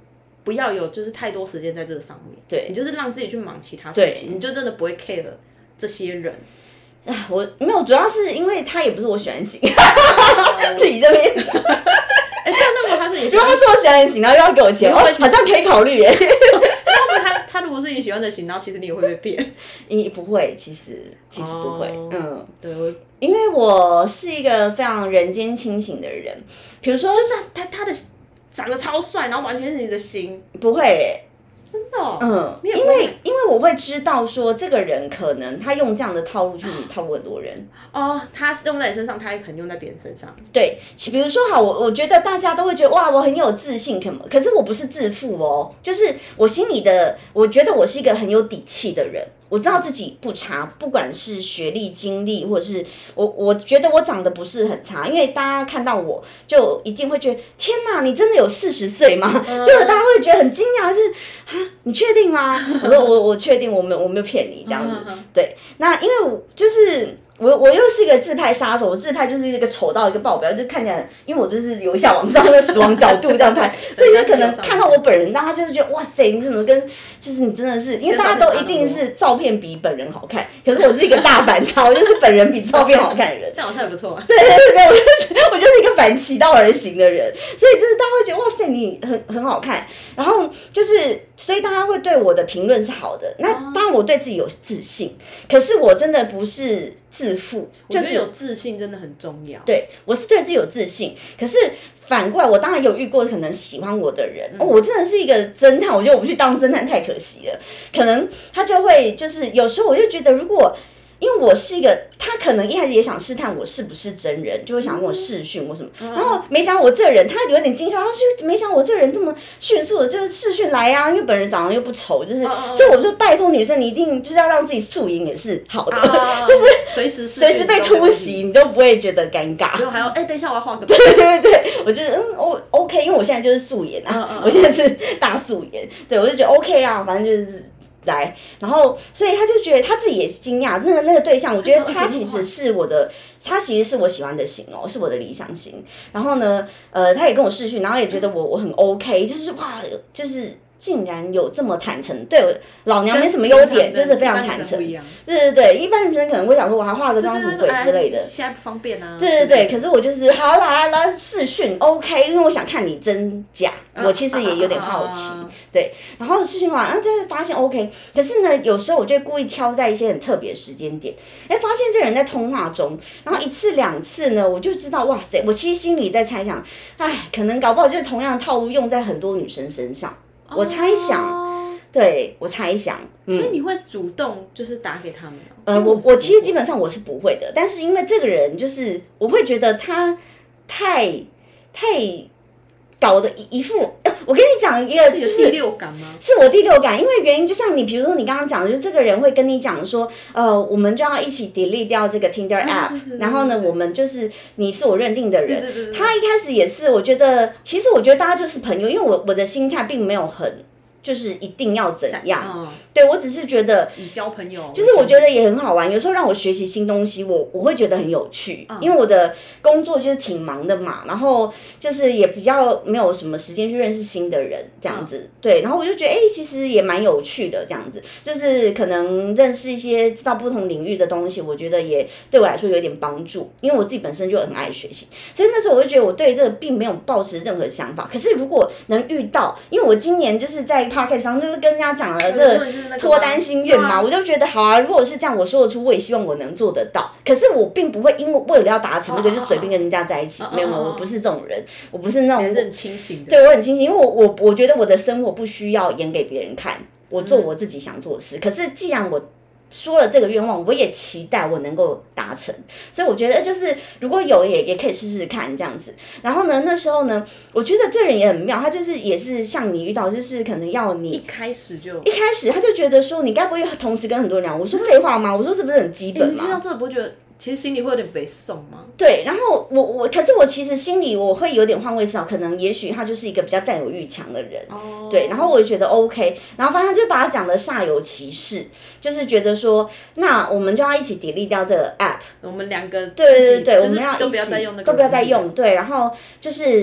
不要有就是太多时间在这个上面， 对， 你就是让自己去忙其他事情，你就真的不会 care 这些人。 啊，我没有，主要是因为他也不是我喜欢型，自己这边。 哎、欸，这样那么他是你喜欢， 如果他是我喜欢的型，然后又要给我钱，哦，好像可以考虑耶。 那么他他如果是你喜欢的型，然后其实你也会被骗。 你不会，其实其实不会，哦、嗯， 对，我因为我是一个非常人间清醒的人，比如说， 就是他他的长得超帅，然后完全是你的型， 不会耶。 真的、哦， 嗯，因为因为我会知道说这个人可能他用这样的套路去套路很多人哦，他用在你身上，他也可能用在别人身上。 对，比如说好，我我觉得大家都会觉得哇，我很有自信什么，可是我不是自负哦，就是我心里的，我觉得我是一个很有底气的人。我知道自己不差，不管是学历、经历，或者是我，我觉得我长得不是很差，因为大家看到我就一定会觉得天哪，你真的有四十岁吗？嗯、就大家会觉得很惊讶，是啊，你确定吗？我说我我确定，我没有我没有骗你这样子。对，那因为我就是。我我又是一个自拍杀手，我自拍就是一个丑到一个爆表，就看起来，因为我就是由下往上的死亡角度这样拍，所以你可能看到我本人，大家就是觉得哇塞，你怎么跟就是你真的是，因为大家都一定是照片比本人好看，可是我是一个大反差，我就是本人比照片好看的人， 这样好像也不错啊。 对对对，我就我就是一个反其道而行的人，所以就是大家会觉得哇塞，你很很好看，然后就是所以大家会对我的评论是好的，那当然我对自己有自信，可是我真的不是。自负，就是有自信真的很重要。 对，我是对自己有自信，可是反过来，我当然有遇过可能喜欢我的人，嗯哦、我真的是一个侦探，我觉得我不去当侦探太可惜了。可能他就会就是有时候我就觉得，如果因为我是一个，他可能一开始也想试探我是不是真人，就会想跟我视讯或什么，嗯、然后没想到我这个人，他有点惊讶，然后就没想到我这个人这么迅速的，就是视讯来啊，因为本人长得又不丑，就是，嗯、所以我就拜托女生，你一定就是要让自己素颜也是好的，嗯、就是随时随时被突袭，你都不会觉得尴尬。 然后还要哎，等一下我要画个。 对对对，我觉得嗯，O OK，因为我现在就是素颜啊，嗯嗯、我现在是大素颜，对我就觉得 OK 啊，反正就是。来，然后，所以他就觉得他自己也惊讶，那个那个对象，我觉得他其实是我的，他其实是我喜欢的型哦，是我的理想型。然后呢，呃，他也跟我视讯，然后也觉得我我很 OK，就是哇，就是竟然有这么坦诚，对我老娘没什么优点，就是非常坦诚。对对对，一般女生可能会想说，我还化个妆什么鬼之类的， 现在不方便啊。 对对对，可是我就是好啦啦视讯 OK， 因为我想看你真假，我其实也有点好奇，对。然后视讯完，啊，就是发现 OK， 可是呢，有时候我就会故意挑在一些很特别的时间点，哎，发现这人在通话中，然后一次两次呢，我就知道哇塞，我其实心里在猜想，哎，可能搞不好就是同样的套路用在很多女生身上。我猜想，哦、对我猜想， 嗯、所以你会主动就是打给他们吗？ 呃，我我其实基本上我是不会的，但是因为这个人就是我会觉得他太太搞的一一副，我跟你讲一个，就是第六感吗？ 是我第六感，因为原因就像你，比如说你刚刚讲的，就是这个人会跟你讲说，呃，我们就要一起 delete 掉这个 Tinder app，、嗯、然后呢，我们就是你是我认定的人。 对对对对， 他一开始也是，我觉得其实我觉得大家就是朋友，因为我我的心态并没有很。就是一定要怎样？嗯、对我只是觉得以交朋友， 就是我觉得也很好玩。有时候让我学习新东西，我我会觉得很有趣，嗯、因为我的工作就是挺忙的嘛，然后就是也比较没有什么时间去认识新的人这样子。嗯、对，然后我就觉得哎、欸，其实也蛮有趣的这样子，就是可能认识一些知道不同领域的东西，我觉得也对我来说有点帮助，因为我自己本身就很爱学习，所以那时候我就觉得我对这个并没有抱持任何想法。可是如果能遇到，因为我今年就是在Podcast 上就是跟人家讲了这个脱单心愿嘛，我就觉得好啊，如果是这样，我说得出，我也希望我能做得到。可是我并不会因为为了要达成这个就随便跟人家在一起，没有没有，我不是这种人，我不是那种很清醒的， 对我很清醒，因为我我我觉得我的生活不需要演给别人看，我做我自己想做的事。可是既然我说了这个愿望，我也期待我能够达成，所以我觉得就是如果有也也可以试试看这样子。然后呢，那时候呢，我觉得这人也很妙，他就是也是像你遇到，就是可能要你一开始就一开始他就觉得说你该不会同时跟很多人聊？我说废话吗？我说这不是很基本吗？ 欸、你听到这个不会觉得？其实心里会有点被送吗？ 对，然后我我可是我其实心里我会有点换位思考，可能也许他就是一个比较占有欲强的人，哦、对，然后我就觉得 OK， 然后反正就把他讲的煞有其事，就是觉得说，那我们就要一起 delete 掉这个 app， 我们两个对对对对， 就是、 我们要一起都不要再用那个， 都不要再用，对，然后就是。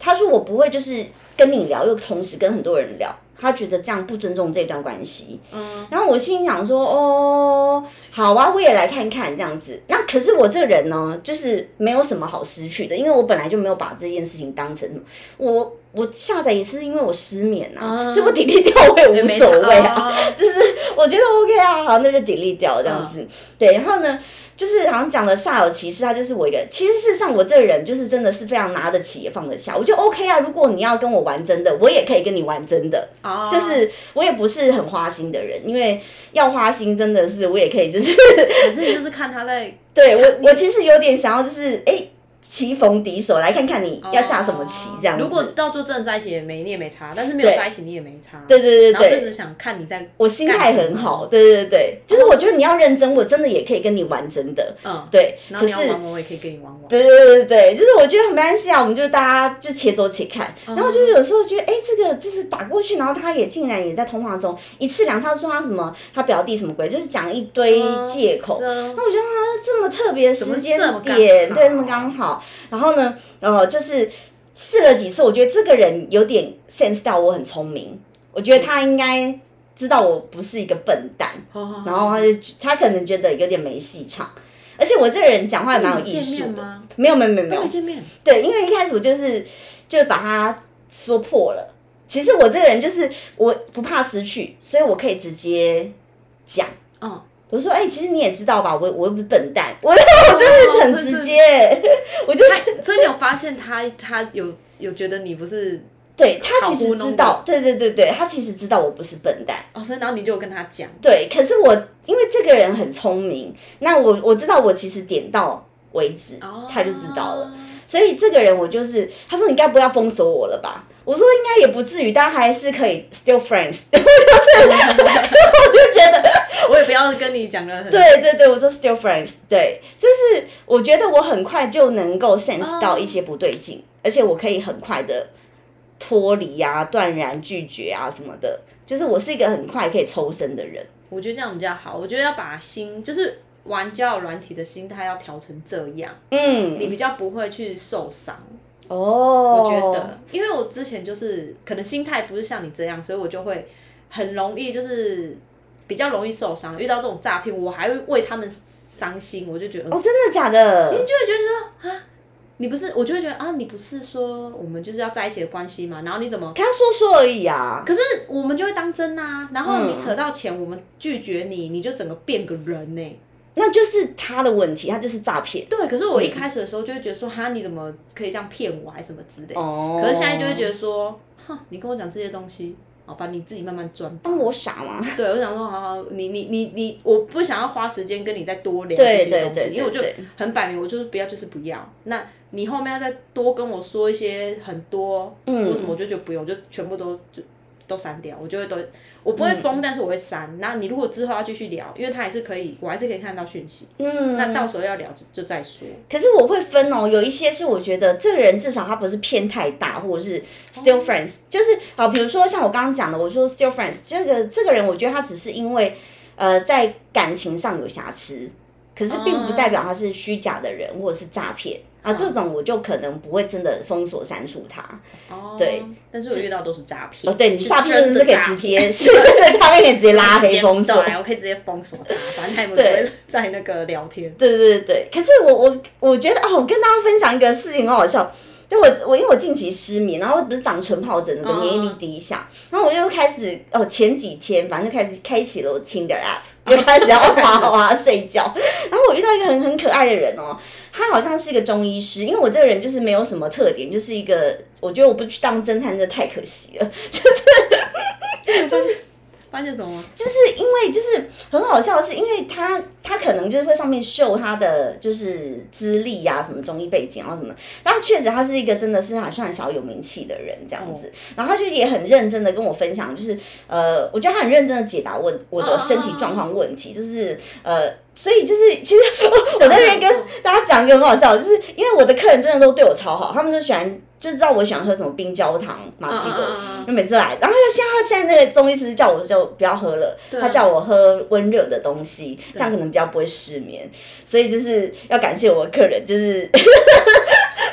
他说我不会就是跟你聊，又同时跟很多人聊。他觉得这样不尊重这段关系，嗯，然后我心里想说，哦，好啊，我也来看看这样子。那可是我这个人呢，就是没有什么好失去的，因为我本来就没有把这件事情当成我我下载也是因为我失眠啊，所以我 delete 掉我也无所谓啊，就是我觉得 OK 啊，好，那就 delete 掉这样子，嗯、对，然后呢？就是好像讲的煞有其事，他就是我一个。其实事实上，我这个人就是真的是非常拿得起也放得下，我就 OK 啊。如果你要跟我玩真的，我也可以跟你玩真的。哦、就是我也不是很花心的人，因为要花心真的是我也可以，就是反正就是看他在。 对我，我其实有点想要，就是哎。欸棋逢敌手，来看看你要下什么棋，这样子。 如果到最后真的在一起也没，你也没差；但是没有在一起你也没差。 对对对对。 然后就只想看你在。 我心态很好，对对对，就是我觉得你要认真，我真的也可以跟你玩真的。嗯。对。 然后你要玩我，我也可以跟你玩玩。 对对对对对，就是我觉得没关系啊，我们就大家就且走且看。然后就是有时候觉得，哎，这个就是打过去，然后他也竟然也在通话中一次两次说他什么，他表弟什么鬼，就是讲一堆借口。那我觉得他这么特别的时间点，对，这么刚好。然后呢？呃，就是试了几次，我觉得这个人有点 sense 到我很聪明，我觉得他应该知道我不是一个笨蛋，嗯、然后他就他可能觉得有点没戏唱，而且我这个人讲话也蛮有艺术的，没有没有没有没有见面， 对，因为一开始我就是就把他说破了，其实我这个人就是我不怕失去，所以我可以直接讲，嗯。我说，哎、欸，其实你也知道吧，我我又不是笨蛋，我我真的是很直接，哦、我就是。 所以你有发现他他有有觉得你不是？ 对他其实知道，对对对对，他其实知道我不是笨蛋。 哦，所以然后你就跟他讲。 对，可是我因为这个人很聪明，那我我知道我其实点到为止，哦、他就知道了。所以这个人我就是他说你该不要封锁我了吧？我说应该也不至于，但还是可以 still friends。我就是我就觉得我也不要跟你讲了。 对对对，我说 still friends。对，就是我觉得我很快就能够 sense 到一些不对劲，哦、而且我可以很快的脱离啊、断然拒绝啊什么的。就是我是一个很快可以抽身的人。 我觉得这样比较好。我觉得要把心就是玩交友软体的心态要调成这样，嗯，你比较不会去受伤。哦，我觉得，因为我之前就是可能心态不是像你这样，所以我就会很容易就是比较容易受伤。遇到这种诈骗，我还会为他们伤心，我就觉得哦，真的假的？ 你就会觉得说啊，你不是，我就会觉得啊，你不是说我们就是要在一起的关系嘛？然后你怎么跟他说说而已啊？ 可是我们就会当真啊，然后你扯到钱，我们拒绝你，你就整个变个人呢、欸。 那就是他的问题，他就是诈骗。 对，可是我一开始的时候就会觉得说，哈、嗯，你怎么可以这样骗我，还是什么之类的。哦。可是现在就会觉得说，哼，你跟我讲这些东西，好吧，你自己慢慢赚。 当我傻吗？ 对，我想说，好好，你你你你，我不想要花时间跟你再多聊这些东西，对对对对对，因为我就很摆明，我就是不要，就是不要。那你后面要再多跟我说一些很多，嗯，为什么我就觉得不用，我就全部都就都删掉，我就会都。我不会封，嗯、但是我会删。那你如果之后要继续聊，因为他还是可以，我还是可以看到讯息。嗯，那到时候要聊就就再说。 可是我会分哦，有一些是我觉得这个人至少他不是偏太大，或者是 still friends，、哦、就是好，比如说像我刚刚讲的，我说 still friends， 这个这个人我觉得他只是因为呃在感情上有瑕疵，可是并不代表他是虚假的人或者是诈骗。啊，这种我就可能不会真的封锁删除他，哦，对， 但是我遇到都是诈骗， 哦，对，你诈骗真的是可以直接，是真的诈骗可以直接拉黑封锁， 对，我可以直接封锁他，反正他也不会在那个聊天， 对对对对，可是我我我觉得哦，我跟大家分享一个事情很好笑。就我我因为我近期失眠，然后不是长荨疱疹，那个免疫力低下，嗯、然后我就开始哦前几天反正就开始开启了我 Tinder app， 就开始要滑滑睡觉，然后我遇到一个很很可爱的人哦，他好像是一个中医师，因为我这个人就是没有什么特点，就是一个我觉得我不去当侦探真的太可惜了，就是就是。 发现什么？ 就是因为就是很好笑的是，因为他他可能就是会上面秀他的就是资历啊，什么中医背景啊什么，但确实他是一个真的是还算小有名气的人这样子，哦、然后他就也很认真的跟我分享，就是呃，我觉得他很认真的解答问我的身体状况问题，就是呃。所以就是，其实我在那边跟大家讲一个很好笑的，就是因为我的客人真的都对我超好，他们就喜欢，就知道我喜欢喝什么冰焦糖、玛奇朵，就每次来。然后现在他现在那个中医师叫我就不要喝了，他叫我喝温热的东西，这样可能比较不会失眠。所以就是要感谢我的客人，就是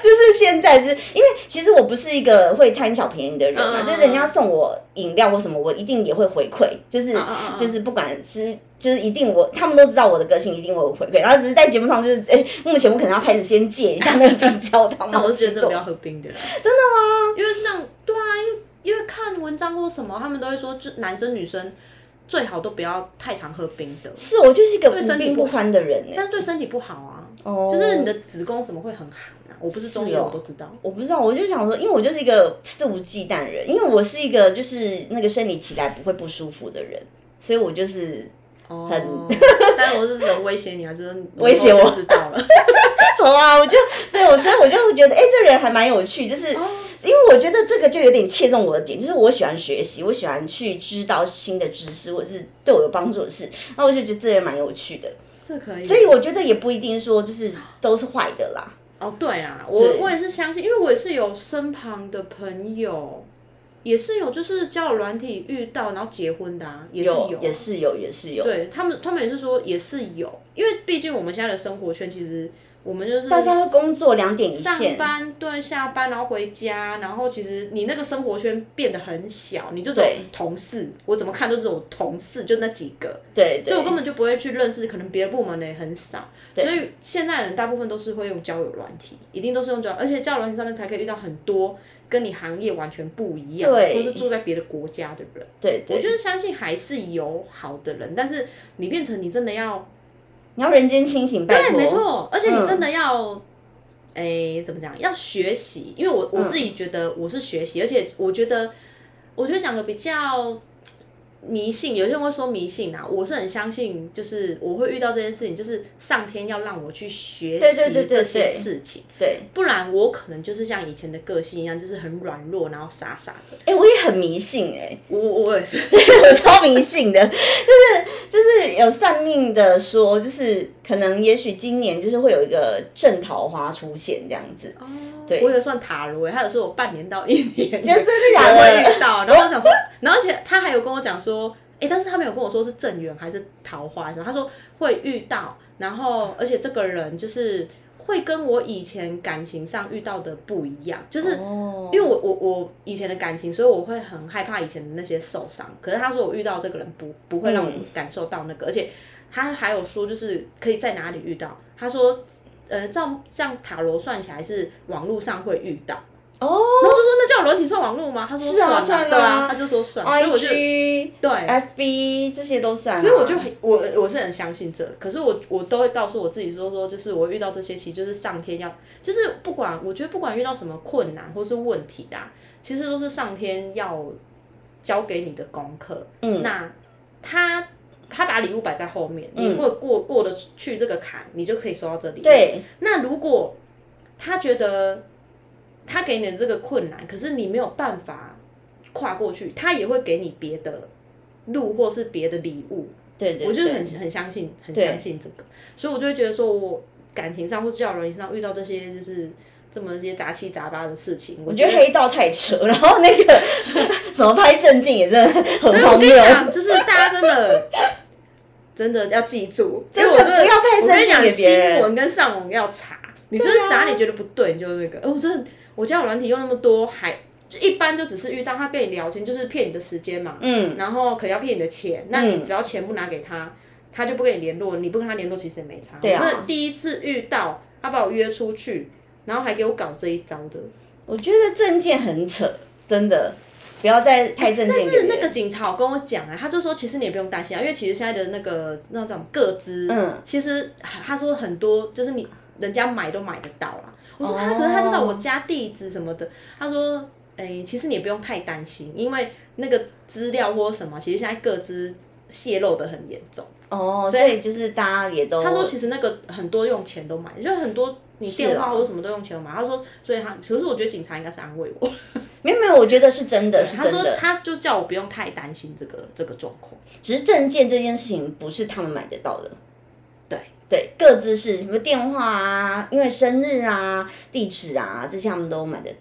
就是现在是因为其实我不是一个会贪小便宜的人啊， 嗯、 就是人家送我饮料或什么，我一定也会回馈，就是、 嗯嗯、 就是不管是就是一定我他们都知道我的个性，一定会有回馈，然后只是在节目上就是哎、欸，目前我可能要开始先戒一下那个冰焦糖。 那我是觉得真的不要喝冰的啦。 真的吗？ 因为像对啊，因为因为看文章或什么，他们都会说，就男生女生最好都不要太常喝冰的。 是我就是一个不冰不欢的人、欸， 但是对身体不好啊。 哦， 就是你的子宫什么会很寒啊。我不是中医，我都知道。 我不知道，我就想说，因为我就是一个肆无忌惮的人，因为我是一个就是那个生理期来不会不舒服的人，所以我就是很。哦、 但是我是只能威胁你啊，就是威胁我知道了。 好啊，我就所以，我所以我就觉得，哎、欸，这人还蛮有趣，就是、哦、因为我觉得这个就有点切中我的点，就是我喜欢学习，我喜欢去知道新的知识，或者是对我有帮助的事，那我就觉得这人蛮有趣的。 这可以。 所以我觉得也不一定说就是都是坏的啦。 哦，对啊，我我也是相信，因为我也是有身旁的朋友，也是有就是交友软体遇到然后结婚的啊，也是有， 也是有，也是有。 对他们，他们也是说也是有，因为毕竟我们现在的生活圈其实。我们就是大家都工作两点一线， 上班对，下班然后回家，然后其实你那个生活圈变得很小，你就只有同事，我怎么看都只有同事，就那几个， 对， 所以我根本就不会去认识，可能别的部门的也很少，所以现在人大部分都是会用交友软体，一定都是用交友，而且交友软体上面才可以遇到很多跟你行业完全不一样，或是住在别的国家的人， 对对， 我觉得相信还是有好的人，但是你变成你真的要。 你要人间清醒，拜托。 对，没错，而且你真的要，哎、嗯欸，怎么讲？要学习，因为我我自己觉得我是学习，嗯、而且我觉得，我觉得讲的比较迷信，有些人会说迷信啊，我是很相信，就是我会遇到这件事情，就是上天要让我去学习这些事情， 对， 对， 对， 对， 对， 不然我可能就是像以前的个性一样，就是很软弱，然后傻傻的。 哎、欸，我也很迷信哎、欸， 我我也是， 对，我超迷信的，就是就是有算命的说，就是可能也许今年就是会有一个正桃花出现这样子。哦，对， 我有算塔罗哎，他有说我半年到一年， 就真的假的会遇到，然后我想说，然后而且他还有跟我讲说。哎、欸，但是他没有跟我说是正缘还是桃花什么，他说会遇到，然后而且这个人就是会跟我以前感情上遇到的不一样，就是因为我我我以前的感情，所以我会很害怕以前的那些受伤。可是他说我遇到这个人不不会让我感受到那个，嗯、而且他还有说就是可以在哪里遇到，他说呃，照像塔罗算起来是网络上会遇到。哦，然后就说那叫软体算网络吗？他说算啊，算对啊，他就说算，所以我就对 F B 这些都算、啊， 所以我就很我我是很相信这，可是我我都会告诉我自己说说，就是我遇到这些，其实就是上天要，就是不管我觉得不管遇到什么困难或是问题啦，其实都是上天要交给你的功课。嗯，那他他把礼物摆在后面，嗯、你过过过得去这个坎，你就可以收到这里。 对， 那如果他觉得。他给你的这个困难，可是你没有办法跨过去，他也会给你别的路或是别的礼物。 对 对, 对， 我就是很很相信，很相信这个，所以我就会觉得说，我感情上或是交友软件上遇到这些就是这么一些杂七杂八的事情， 我觉得黑道太扯，然后那个什么拍证件也真的很荒谬。 就是大家真的真的要记住， 真的不要拍证件给别人， 新闻跟上网要查，你就是哪里觉得不对，你就那个，哦，我真的。我交友软体用那么多，还就一般就只是遇到他跟你聊天，就是骗你的时间嘛，嗯，然后可能要骗你的钱，那你只要钱不拿给他，他就不跟你联络，你不跟他联络其实也没差。对啊，我真的第一次遇到他把我约出去，然后还给我搞这一招的， 我觉得证件很扯，真的。不要再拍证件、欸。 但是那个警察有跟我讲啊，他就说其实你也不用担心啊，因为其实现在的那个那种个资，嗯，其实他说很多就是你人家买都买得到啦。我说他，可是他知道我家地址什么的。他说，哎、欸，其实你也不用太担心，因为那个资料或什么，其实现在个资泄露的很严重。 哦，所以就是大家也都。 他说其实那个很多用钱都买，就很多你电话或者什么都用钱买。他说，所以他，可是我觉得警察应该是安慰我。 没有没有，我觉得是真的，是真的。 他说他就叫我不用太担心这个这个状况。 只是证件这件事情不是他们买得到的。 对， 各自是什么电话啊，因为生日啊、地址啊这些他们都买得到。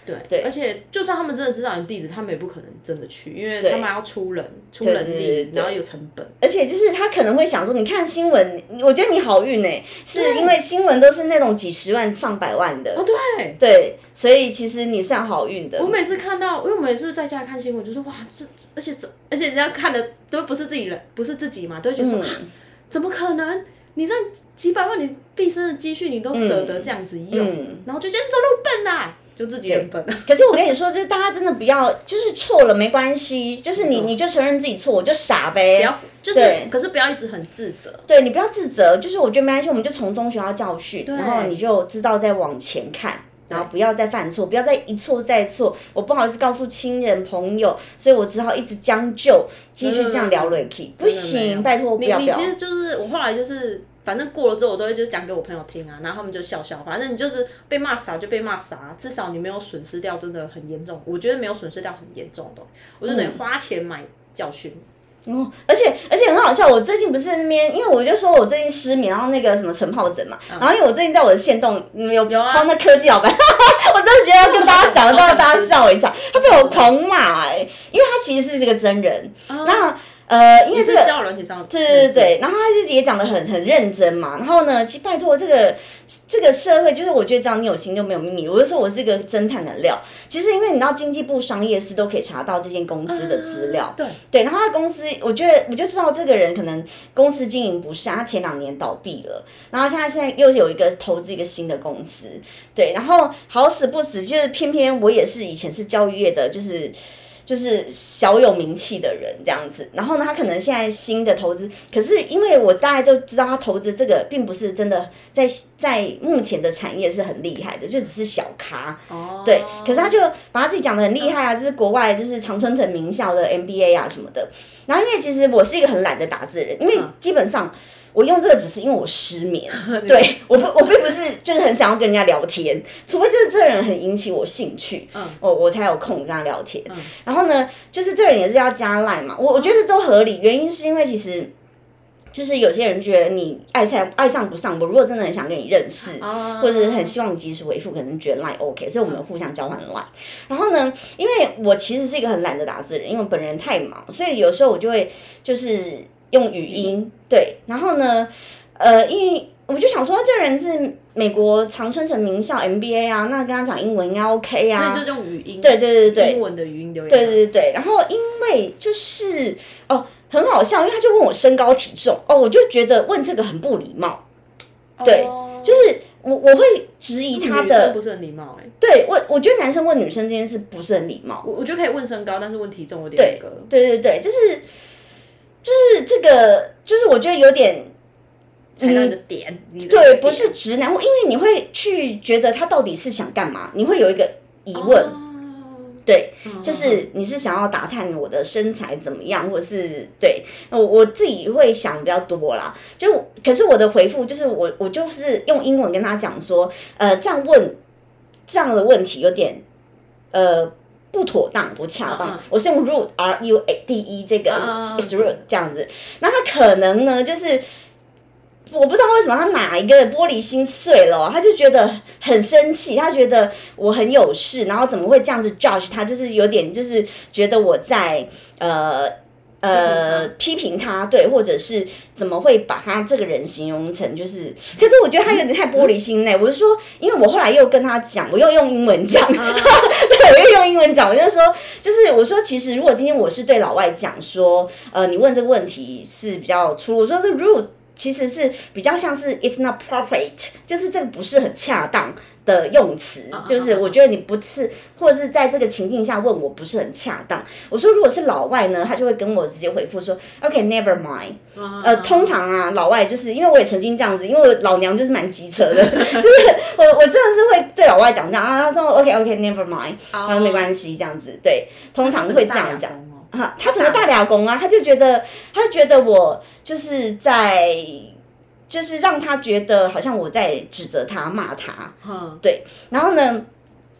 对对， 而且就算他们真的知道你地址，他们也不可能真的去，因为他们要出人、出人力， 对对对对然后有成本。 而且就是他可能会想说，你看新闻，我觉得你好运哎，是因为新闻都是那种几十万、上百万的。 哦，对。 对，所以其实你算好运的。 我每次看到，因为我每次在家看新闻，就说哇，这而且这而且人家看的都不是自己人，不是自己嘛，都会觉得说、嗯啊、怎么可能？你这几百万，你毕生的积蓄，你都舍得这样子用，嗯、然后就觉得你怎么那么笨啊？就自己很笨。 可是我跟你说，就是大家真的不要，就是错了没关系，就是你你就承认自己错，我就傻呗。 不要，就是可是不要一直很自责。 对，你不要自责，就是我觉得没关系，我们就从中学到教训，然后你就知道再往前看。然后不要再犯错，不要再一错再错。我不好意思告诉亲人朋友，所以我只好一直将就，继续这样聊下去。不行，拜托不要不要。 你你其实就是我后来就是，反正过了之后，我都会就讲给我朋友听啊，然后他们就笑笑。反正你就是被骂傻就被骂傻，至少你没有损失掉真的很严重。我觉得没有损失掉很严重的，我就等于花钱买教训。 哦，而且而且很好笑，我最近不是那边，因为我就说我最近失眠，然后那个什么荨疱疹嘛，嗯、然后因为我最近在我的限动有抛那科技老板，我真的觉得要跟大家讲，让大家笑一下，他被我狂骂哎、欸，因为他其实是这个真人，嗯、那。呃，因为这个交友软体上， 对对对，然后他就也讲得很很认真嘛，然后呢，其实拜托这个这个社会，就是我觉得只要你有心就没有秘密。我就说我是个侦探的料，其实因为你知道经济部商业司都可以查到这间公司的资料， 嗯、对对，然后他公司，我觉得我就知道这个人可能公司经营不善，他前两年倒闭了，然后现在现在又有一个投资一个新的公司，对，然后好死不死，就是偏偏我也是以前是教育业的，就是。就是小有名气的人这样子，然后呢，他可能现在新的投资，可是因为我大概都知道他投资这个并不是真的在在目前的产业是很厉害的，就只是小咖，哦，对，可是他就把他自己讲得很厉害啊，就是国外就是常春藤名校的 M B A 啊什么的，然后因为其实我是一个很懒得打字的人，因为基本上。我用这个只是因为我失眠，对，我不，我并不是就是很想要跟人家聊天，除非就是这个人很引起我兴趣，嗯，我我才有空跟他聊天。嗯、然后呢，就是这个人也是要加 line 嘛，我我觉得都合理，原因是因为其实。就是有些人觉得你爱上爱上不上，我如果真的很想跟你认识，哦、或者是很希望你及时回复，可能觉得 line OK， 所以我们互相交换 line。然后呢，因为我其实是一个很懒得打字的人，因为我本人太忙，所以有时候我就会就是用语音，对。然后呢，呃，因为我就想说，这个人是美国常春藤名校 M B A 啊，那跟他讲英文应该 OK 啊， 所以就用语音， 对对对对， 英文的语音留言， 对对对。然后因为就是哦。很好笑，因为他就问我身高体重，哦，我就觉得问这个很不礼貌，对，哦、就是我我会质疑他的， 女生不是很礼貌哎、欸， 对我我觉得男生问女生这件事不是很礼貌， 我我觉得可以问身高，但是问体重有点那个， 对对对对，就是就是这个，就是我觉得有点踩到你的点，嗯、你的对，不是直男，因为你会去觉得他到底是想干嘛，你会有一个疑问。哦对，就是你是想要打探我的身材怎么样，或者是对我我自己会想比较多啦。就可是我的回复就是我我就是用英文跟他讲说，呃，这样问这样的问题有点呃不妥当不恰当。Uh-huh. 我是用 rude R U A D E 这个 uh-huh. is rude 这样子，那他可能呢就是。我不知道为什么他哪一个玻璃心碎了，他就觉得很生气，他觉得我很有事，然后怎么会这样子 judge 他，就是有点就是觉得我在呃呃批评他，对，或者是怎么会把他这个人形容成就是，可是我觉得他有点太玻璃心嘞。我是说，因为我后来又跟他讲，我又用英文讲，对，我又用英文讲，我就说，就是我说，其实如果今天我是对老外讲说，呃，你问这个问题是比较粗，我说是 rude。其实是比较像是 it's not appropriate， 就是这个不是很恰当的用词， uh, 就是我觉得你不是，或者是在这个情境下问我不是很恰当。我说如果是老外呢，他就会跟我直接回复说 OK never mind。Uh, 呃，通常啊，老外就是因为我也曾经这样子，因为我老娘就是蛮机车的，就是我我真的是会对老外讲这样啊，他说 OK OK never mind， 然后没关系这样子，对，通常会这样讲。啊，他整个大俩公啊，他就觉得，他就觉得我就是在，就是让他觉得好像我在指责他、骂他，嗯，对。然后呢，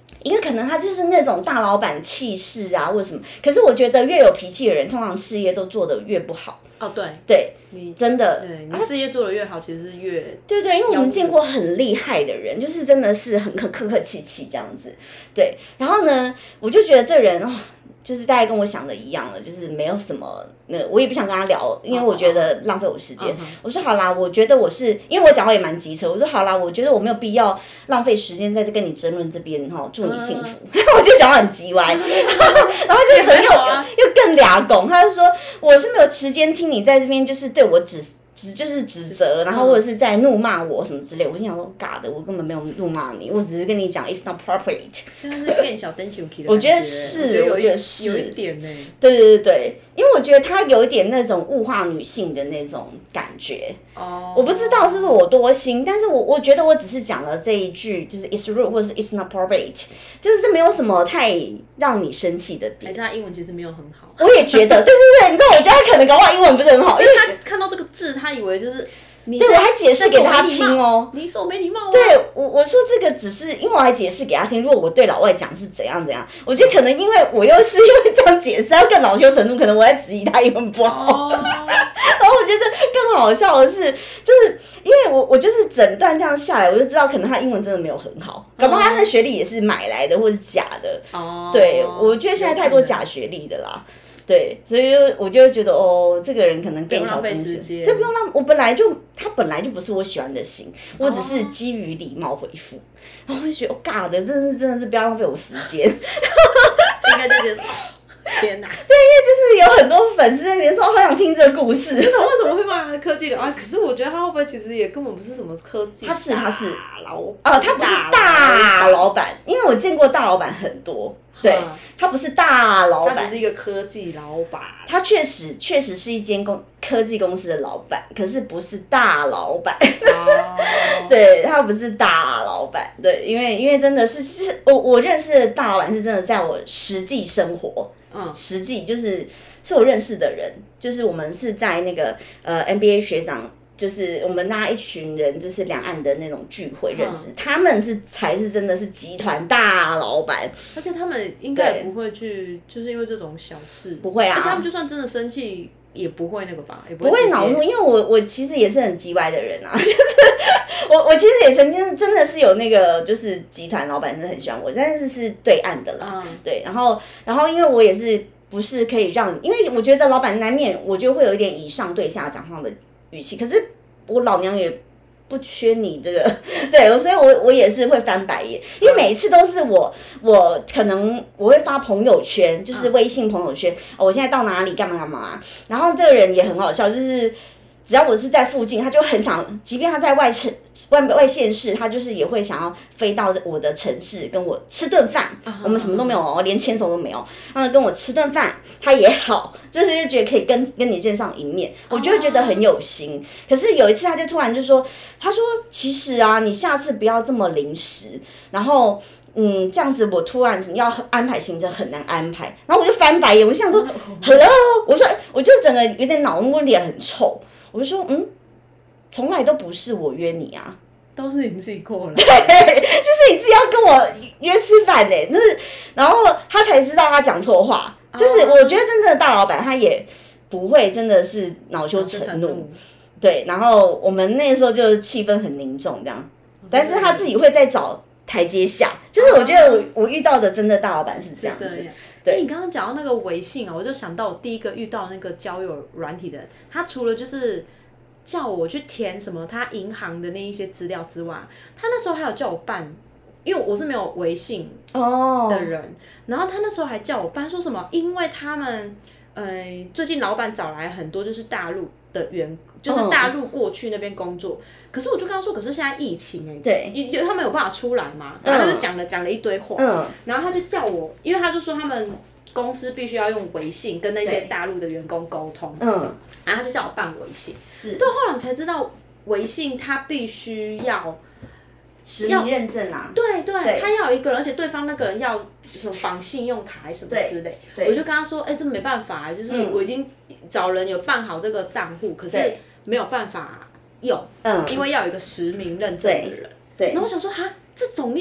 因为可能他就是那种大老板气势啊，或者什么。可是我觉得越有脾气的人，通常事业都做得越不好。 哦，对， 对， 你真的， 对你事业做得越好，其实是越对对，因为我们见过很厉害的人，就是真的是很客客客气气这样子。对，然后呢，我就觉得这人哦。就是大概跟我想的一样了，就是没有什么，那我也不想跟他聊，因为我觉得浪费我时间。Uh-huh. 我说好啦，我觉得我是，因为我讲话也蛮机车，我说好啦，我觉得我没有必要浪费时间在这跟你争论这边哈，祝你幸福。Uh-huh. 我就讲话很叽歪，然后就整又、啊、又更俩拱，他就说我是没有时间听你在这边就是对我指。只就是指责，然后或者是在怒骂我什么之类，我心想说，尬的，我根本没有怒骂你，我只是跟你讲 ，it's not appropriate。 现在是变小灯球 key 的我觉得是，我觉得是， 有一点呢。 对对对对，因为我觉得他有一点那种物化女性的那种感觉。哦。我不知道是不是我多心，但是我我觉得我只是讲了这一句，就是 it's rude 或者是 it's not appropriate， 就是这没有什么太让你生气的点。 还是他英文其实没有很好。 我也觉得，对对对，你知道，我觉得他可能搞不好英文不是很好， 因为他看到这个字，他以为就是你。 对，我还解释给他听哦。 你说我没礼貌啊？ 对，我我说这个只是因为我还解释给他听，如果我对老外讲是怎样怎样，我觉得可能因为我又是因为这样解释，要更恼羞成怒，可能我在质疑他英文不好。Oh. 然后我觉得更好笑的是，就是因为我我就是整段这样下来，我就知道可能他英文真的没有很好，搞不好他那学历也是买来的或是假的。哦。Oh. 对，我觉得现在太多假学历的啦。对，所以我就会觉得哦，这个人可能更小灯球，对，不用浪。我本来就他本来就不是我喜欢的型，我只是基于礼貌回复，然后我就觉得哦，尬的，真的是真的是不要浪费我时间。 应该就觉得天哪！ 对，因为就是有很多粉丝在那边说，好想听这个故事。 就是为什么会骂科技的啊？可是我觉得他会不会其实也根本不是什么科技？ 他是他是老哦，他不是大老板，因为我见过大老板很多。对，他不是大老板， 他只是一个科技老板。 他确实确实是一间公科技公司的老板，可是不是大老板。哦、对，他不是大老板。对，因为因为真的是是我我认识的大老板是真的在我实际生活，嗯，实际就是是我认识的人，就是我们是在那个呃 N B A 学长。就是我们那一群人，就是两岸的那种聚会认识，嗯、他们是才是真的是集团大老板， 而且他们应该也不会去，就是因为这种小事， 不会啊， 而且他们就算真的生气，也不会那个吧，也不会不会恼怒，因为我我其实也是很叽歪的人啊，就是我我其实也曾经真的是有那个就是集团老板是很喜欢我，但是是对岸的啦，嗯、对，然后然后因为我也是不是可以让，因为我觉得老板难免我觉得会有一点以上对下讲话的语气，可是我老娘也不缺你这个，对，所以我我也是会翻白眼，因为每一次都是我我可能我会发朋友圈，就是微信朋友圈，哦、我现在到哪里干嘛干嘛，然后这个人也很好笑，就是只要我是在附近，他就很想，即便他在外城外外县市，他就是也会想要飞到我的城市跟我吃顿饭。Uh-huh. 我们什么都没有哦，连牵手都没有，然后跟我吃顿饭，他也好，就是就觉得可以跟跟你见上一面，我就会觉得很有心。Uh-huh. 可是有一次，他就突然就说，他说其实啊，你下次不要这么临时，然后。嗯，这样子我突然要安排行程很难安排，然后我就翻白眼，我就想说 ，Hello， 我说我就整个有点恼怒，脸很臭，我就说，嗯，从来都不是我约你啊， 都是你自己过来， 对，就是你自己要跟我约吃饭呢，就是然后他才知道他讲错话，就是我觉得真正的大老板他也不会真的是恼羞成怒，对，然后我们那时候就气氛很凝重这样，但是他自己会再找。台阶下，就是我觉得我、啊、我遇到的真的大老板是这样子。 是这样对，欸、你刚刚讲到那个微信啊，我就想到我第一个遇到那个交友软体的人，他除了就是叫我去填什么他银行的那一些资料之外，他那时候还有叫我办，因为我是没有微信的人，哦、然后他那时候还叫我办，说什么，因为他们呃最近老板找来很多就是大陆的员，就是大陆过去那边工作。嗯可是我就跟他说，可是现在疫情哎、欸， 对， 因为他们有办法出来嘛，然后他就讲了讲了一堆话，嗯，然后他就叫我，因为他就说他们公司必须要用微信跟那些大陆的员工沟通，嗯，然后他就叫我办微信，是，对，后来我才知道微信他必须要实名认证啊， 对 对, 對，他要有一个人，而且对方那个人要什么绑信用卡还是什么之类，我就跟他说，哎、欸，这没办法，就是我已经找人有办好这个账户，可是没有办法。用，嗯，因为要有一个实名认证的人，对，然后我想说，哈，这种你也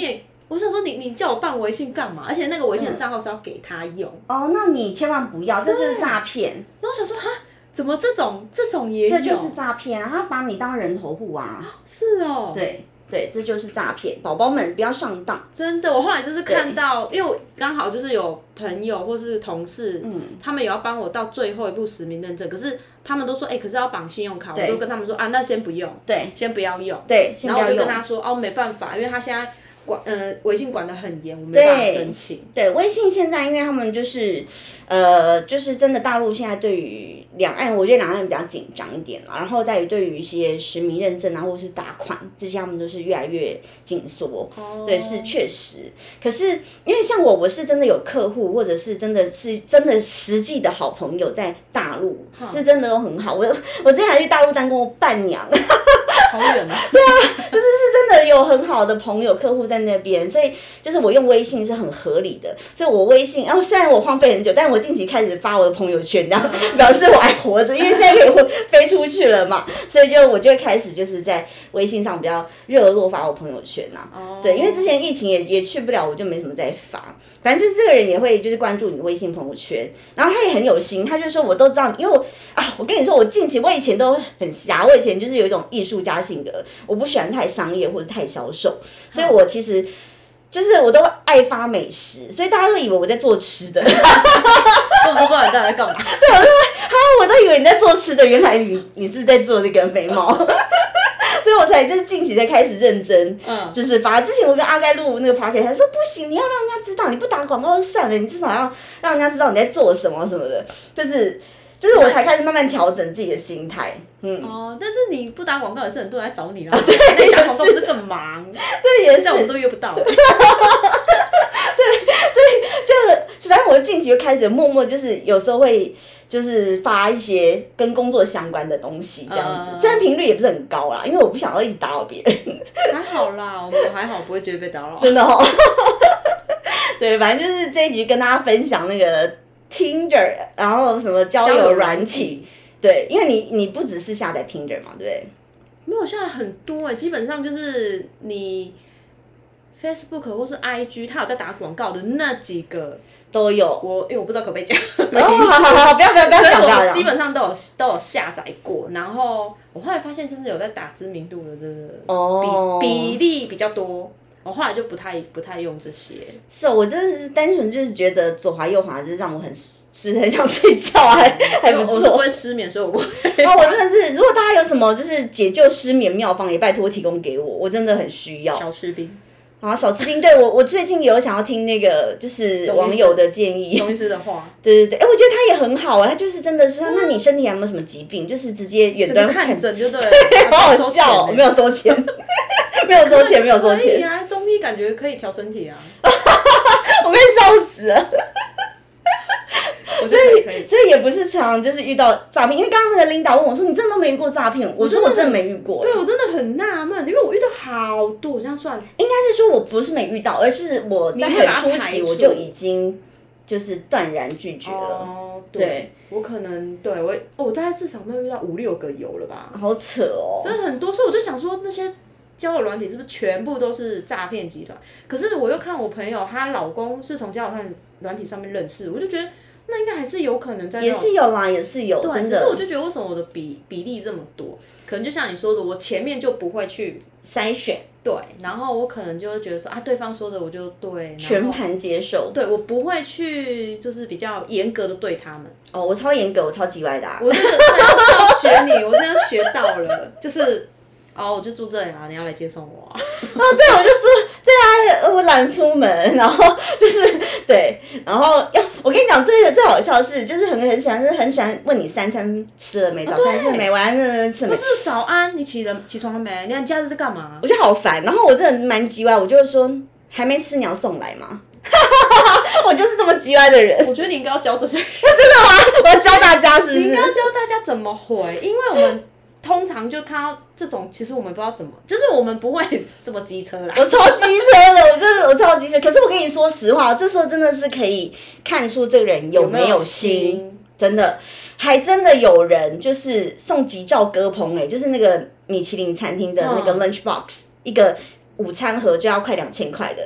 我想说你你叫我办微信干嘛？而且那个微信的账号是要给他用。 嗯、哦，那你千万不要，这就是诈骗。 然后我想说哈，怎么这种这种也有？ 这就是诈骗啊！他把你当人头户啊！ 是哦， 对。对，这就是诈骗，宝宝们不要上当。 真的，我后来就是看到，因为我刚好就是有朋友或是同事，嗯，他们也要帮我到最后一步实名认证，可是他们都说，哎、欸，可是要绑信用卡，我都跟他们说啊，那先不用， 对， 先不要用， 对， 然后我就跟他说，哦，没办法，因为他现在管，呃，微信管得很严，我没办法申请。 对，微信现在因为他们就是，呃，就是真的大陆现在对于两岸，我觉得两岸比较紧张一点啦，然后在于对于一些实名认证啊，或是打款这些，他们都是越来越紧缩。哦，对，是确实。可是因为像我，我是真的有客户，或者是真的是真的实际的好朋友在大陆，嗯、是真的都很好。我我之前还去大陆当过伴娘。 好远啊！ 对啊，就是是真的有很好的朋友客户在那边，所以就是我用微信是很合理的。所以我微信，然后虽然我荒废很久，但是我近期开始发我的朋友圈，然后表示我还活着，因为现在可以飞出去了嘛，所以就我就会开始就是在微信上比较热络发我朋友圈呐、啊。哦。对，因为之前疫情也也去不了，我就没什么在发。反正就是这个人也会就是关注你微信朋友圈，然后他也很有心，他就说我都知道，因为我啊，我跟你说，我近期我以前都很瞎，我以前就是有一种艺术家性格，我不喜欢太商业或者太销售，所以我其实就是我都爱发美食，所以大家都以为我在做吃的， 我都不知道你到底在干嘛。 对，我就哈，我都以为你在做吃的，原来你你是在做那个眉毛。所以我才就是近期才开始认真，嗯，就是发。之前我跟阿该录那个 podcast， 他说不行，你要让人家知道，你不打广告就算了，你至少要让人家知道你在做什么什么的，就是就是我才开始慢慢调整自己的心态，嗯。 哦，但是你不打广告也是很多人来找你啦，对，那你打广告不是更忙？ 对，也是， 这样我们都约不到。 对，所以就反正我近期就开始默默就是有时候会。就是发一些跟工作相关的东西，这样子，嗯、虽然频率也不是很高啦，因为我不想要一直打扰别人。 还好啦，我们还好，不会觉得被打扰。 真的哦。对，反正就是这一集跟大家分享那个 Tinder， 然后什么交友软体。对，因为你你不只是下载 Tinder 嘛，对不对？ 没有，现在很多哎、欸，基本上就是你 Facebook 或是 I G， 它有在打广告的那几个。 都有， 我因为我不知道可不可以讲， 哦，好好好，不要不要不要讲，不要讲。 基本上都有都有下载过，然后我后来发现真的有在打知名度的，真的哦比比例比较多。我后来就不太不太用这些。是， 我真的是单纯就是觉得左滑右滑，就是让我很是很想睡觉，还还不错。 我是不会失眠，所以我不会。 哦，我真的是，如果大家有什么就是解救失眠妙方，也拜托提供给我，我真的很需要。 小吃兵。 啊，小吃兵，对我，我最近有想要听那个，就是网友的建议， 中医师的话， 对对对，哎、欸，我觉得他也很好啊，他就是真的是，嗯、那你身体还有没有什么疾病？就是直接远端看诊就对了， 对，好好笑、喔，没有收钱，没有收钱，没有收钱。可以啊，中医感觉可以调身体啊， 我快笑死了。所以，所以也不是常就是遇到诈骗，因为刚刚那个领导问我说：“你真的都没遇过诈骗？”我说：“我真的没遇过。” 对，我真的很纳闷，因为我遇到好多，我这样算， 应该是说我不是没遇到，而是我在很初期我就已经就是断然拒绝了。 哦，对，對我可能对我，哦，我大概至少没有遇到五六个有了吧？ 好扯哦， 真的很多，所以我就想说那些。交友软体是不是全部都是诈骗集团？可是我又看我朋友，她老公是从交友软体上面认识，我就觉得那应该还是有可能在。也是有啦，也是有。 对，只是我就觉得为什么我的比比例这么多？可能就像你说的，我前面就不会去筛选， 对，然后我可能就会觉得说啊，对方说的我就对， 全盘接受。 对，我不会去就是比较严格的对他们。 哦，我超严格，我超级歪的、啊。 我真的真的要学你，我真的学到了，就是。哦，我就住这里啊，你要来接送我啊？ 哦，对，我就住，对啊，我懒出门，然后就是对，然后要我跟你讲，最最好笑的是，就是很很喜欢，就是很喜欢问你三餐吃了没，早餐吃了没，晚安吃吃没？ 不是早安，你起了起床了没？你假日在干嘛？ 我觉得好烦，然后我真的蛮叽歪，我就会说还没吃，你要送来吗？我就是这么叽歪的人。 我觉得你应该要教这些，真的吗？我要教大家是不是？ 你应该要教大家怎么回，因为我们。通常就看到这种，其实我们不知道怎么，就是我们不会这么机车啦。 我超机车的，我真的我超机车。可是我跟你说实话，这时候真的是可以看出这个人有没有心，有没有心真的，还真的有人就是送吉兆歌烹哎，就是那个米其林餐厅的那个 lunch box，、嗯、一个午餐盒就要快两千块的。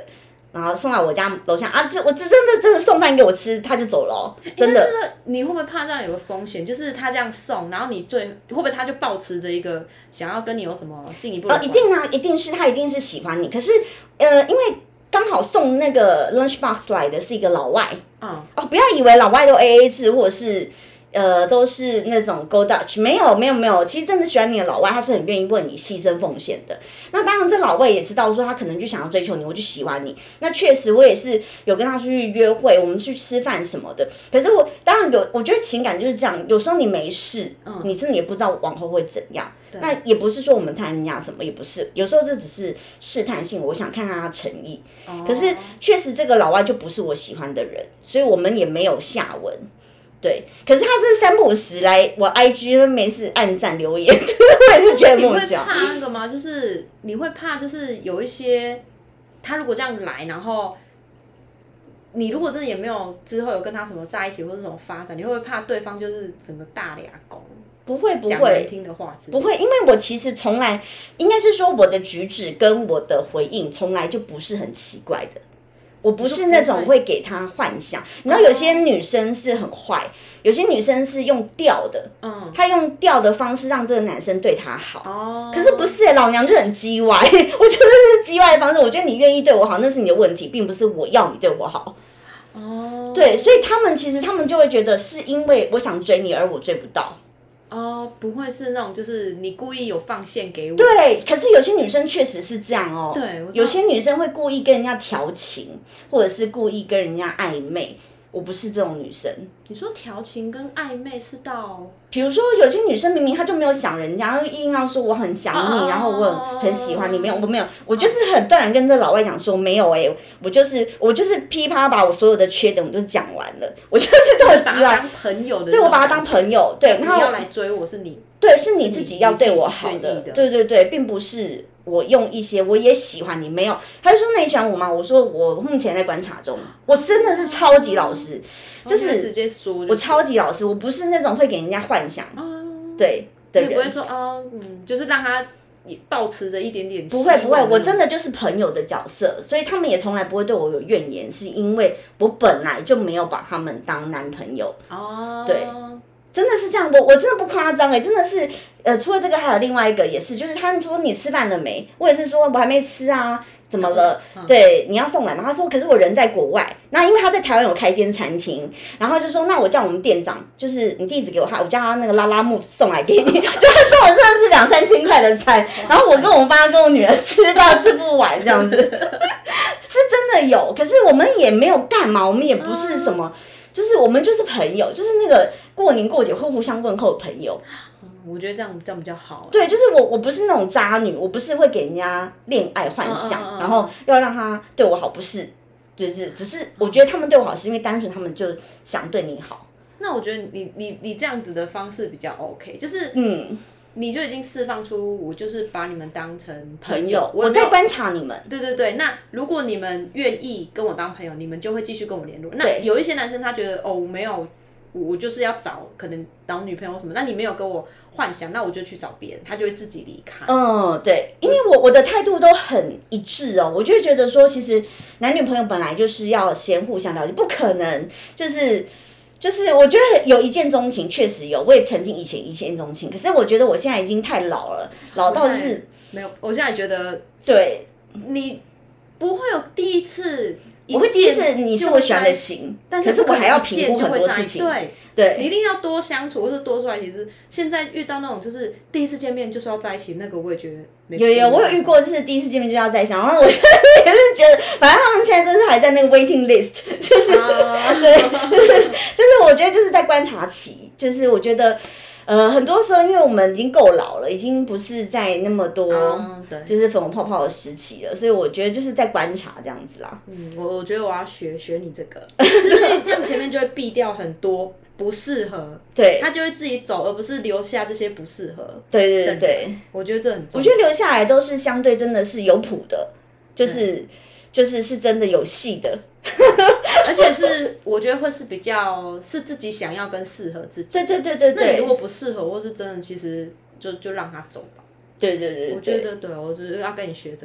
然后送来我家楼下啊，这我这真的真的送饭给我吃，他就走了、哦，真的。 欸、你会不会怕这样有个风险？就是他这样送，然后你最会不会他就抱持着一个想要跟你有什么进一步的？ 哦，一定啊，一定是他一定是喜欢你。可是呃，因为刚好送那个 lunch box 来的是一个老外，嗯，哦，不要以为老外都 A A 制或者是。呃，都是那种 Go Dutch， 没有没有没有，其实真的喜欢你的老外，他是很愿意为你牺牲奉献的。那当然，这老外也知道说他可能就想要追求你，我就喜欢你。那确实，我也是有跟他出去约会，我们去吃饭什么的。可是我当然有，我觉得情感就是这样，有时候你没事，嗯，你真的也不知道往后会怎样。那也不是说我们谈人家什么，也不是，有时候这只是试探性，我想看看他诚意。哦、可是确实这个老外就不是我喜欢的人，所以我们也没有下文。对，可是他这三不五时来我 I G 没事按赞留言，我也是觉得莫名其妙。你会怕那个吗？就是你会怕，就是有一些他如果这样来，然后你如果真的也没有之后有跟他什么在一起或者什么发展，你会不会怕对方就是整个大俩公？ 不会不会， 讲难听的话不会，因为我其实从来应该是说我的举止跟我的回应从来就不是很奇怪的。我不是那种会给他幻想，你知道有些女生是很坏，有些女生是用钓的，嗯，她用钓的方式让这个男生对她好，哦，可是不是、欸、老娘就很叽歪，我觉得是叽歪的方式，我觉得你愿意对我好，那是你的问题，并不是我要你对我好，哦，对，所以他们其实他们就会觉得是因为我想追你而我追不到。 哦，不会是那种就是你故意有放线给我。 对，可是有些女生确实是这样哦。 对， 有些女生会故意跟人家调情，或者是故意跟人家暧昧。我不是这种女生。 你说调情跟暧昧是到？ 比如说有些女生明明她就没有想人家，硬要说我很想你，哦、然后我很很喜欢你，没有，我没有，我就是很断然跟这老外讲说没有哎、欸，我就是我就是噼啪把我所有的缺点我都讲完了，我就是这么直白。 当朋友的， 对，我把他当朋友，对，然后你要来追我是你， 对，是你自己要对我好的，对对对，并不是。我用一些我也喜欢你没有，他就说那你喜欢我吗？我说我目前在观察中，我真的是超级老实，就是直接说， 我超级老实，我不是那种会给人家幻想，对的人， 你不会说哦，嗯，就是让他抱持着一点点， 不会不会，我真的就是朋友的角色，所以他们也从来不会对我有怨言，是因为我本来就没有把他们当男朋友，哦，对。真的是这样，我我真的不夸张哎，真的是，呃，除了这个还有另外一个也是，就是他说你吃饭了没？我也是说我还没吃啊，怎么了？嗯、对，你要送来吗？他说可是我人在国外，那因为他在台湾有开间餐厅，然后就说那我叫我们店长，就是你地址给我，我叫他那个拉拉木送来给你，就他送我真的是两三千块的餐，然后我跟我妈跟我女儿吃到吃不完这样子，是真的有，可是我们也没有干嘛，我们也不是什么。嗯就是我们就是朋友，就是那个过年过节会互相问候的朋友。 嗯，我觉得这样这样比较好。 对，就是我我不是那种渣女，我不是会给人家恋爱幻想，嗯嗯嗯然后要让他对我好，不是，就是只是我觉得他们对我好是因为单纯他们就想对你好。 那我觉得你你你这样子的方式比较 OK， 就是嗯。你就已经释放出，我就是把你们当成朋友， 朋友我在观察你们。 对对对，那如果你们愿意跟我当朋友，你们就会继续跟我联络。那有一些男生他觉得哦，没有，我就是要找可能找女朋友什么，那你没有跟我幻想，那我就去找别人，他就会自己离开。 嗯，对，因为我我的态度都很一致哦，我就会觉得说，其实男女朋友本来就是要先互相了解，不可能就是。就是我觉得有一见钟情，确实有，我也曾经以前一见钟情，可是我觉得我现在已经太老了，老到是没有，我现在觉得对你不会有第一次， 我会第一次你是我喜欢的型， 但是可是我还要评估很多事情， 对对， 你一定要多相处，或是多出来。其实现在遇到那种就是第一次见面就是要在一起，那个我也觉得没有有，我有遇过，就是第一次见面就要在一起，然后我现在也是觉得，反正他们现在就是还在那个 waiting list， 就是、啊、对，就是就是我觉得就是在观察期，就是我觉得。呃，很多时候，因为我们已经够老了，已经不是在那么多、嗯、就是粉红泡泡的时期了，所以我觉得就是在观察这样子啦。 嗯，我我觉得我要学学你这个，就是这样前面就会避掉很多不适合， 对， 他就会自己走，而不是留下这些不适合。 对对对对， 我觉得这很重要。 我觉得留下来都是相对真的是有谱的，就是、嗯、就是是真的有戏的。 而且是我觉得会是比较是自己想要跟适合自己。 对对对对对。 那你如果不适合，或是真的，其实就就让他走吧。 对对 对, 對。 我觉得对，我就是要跟你学这个。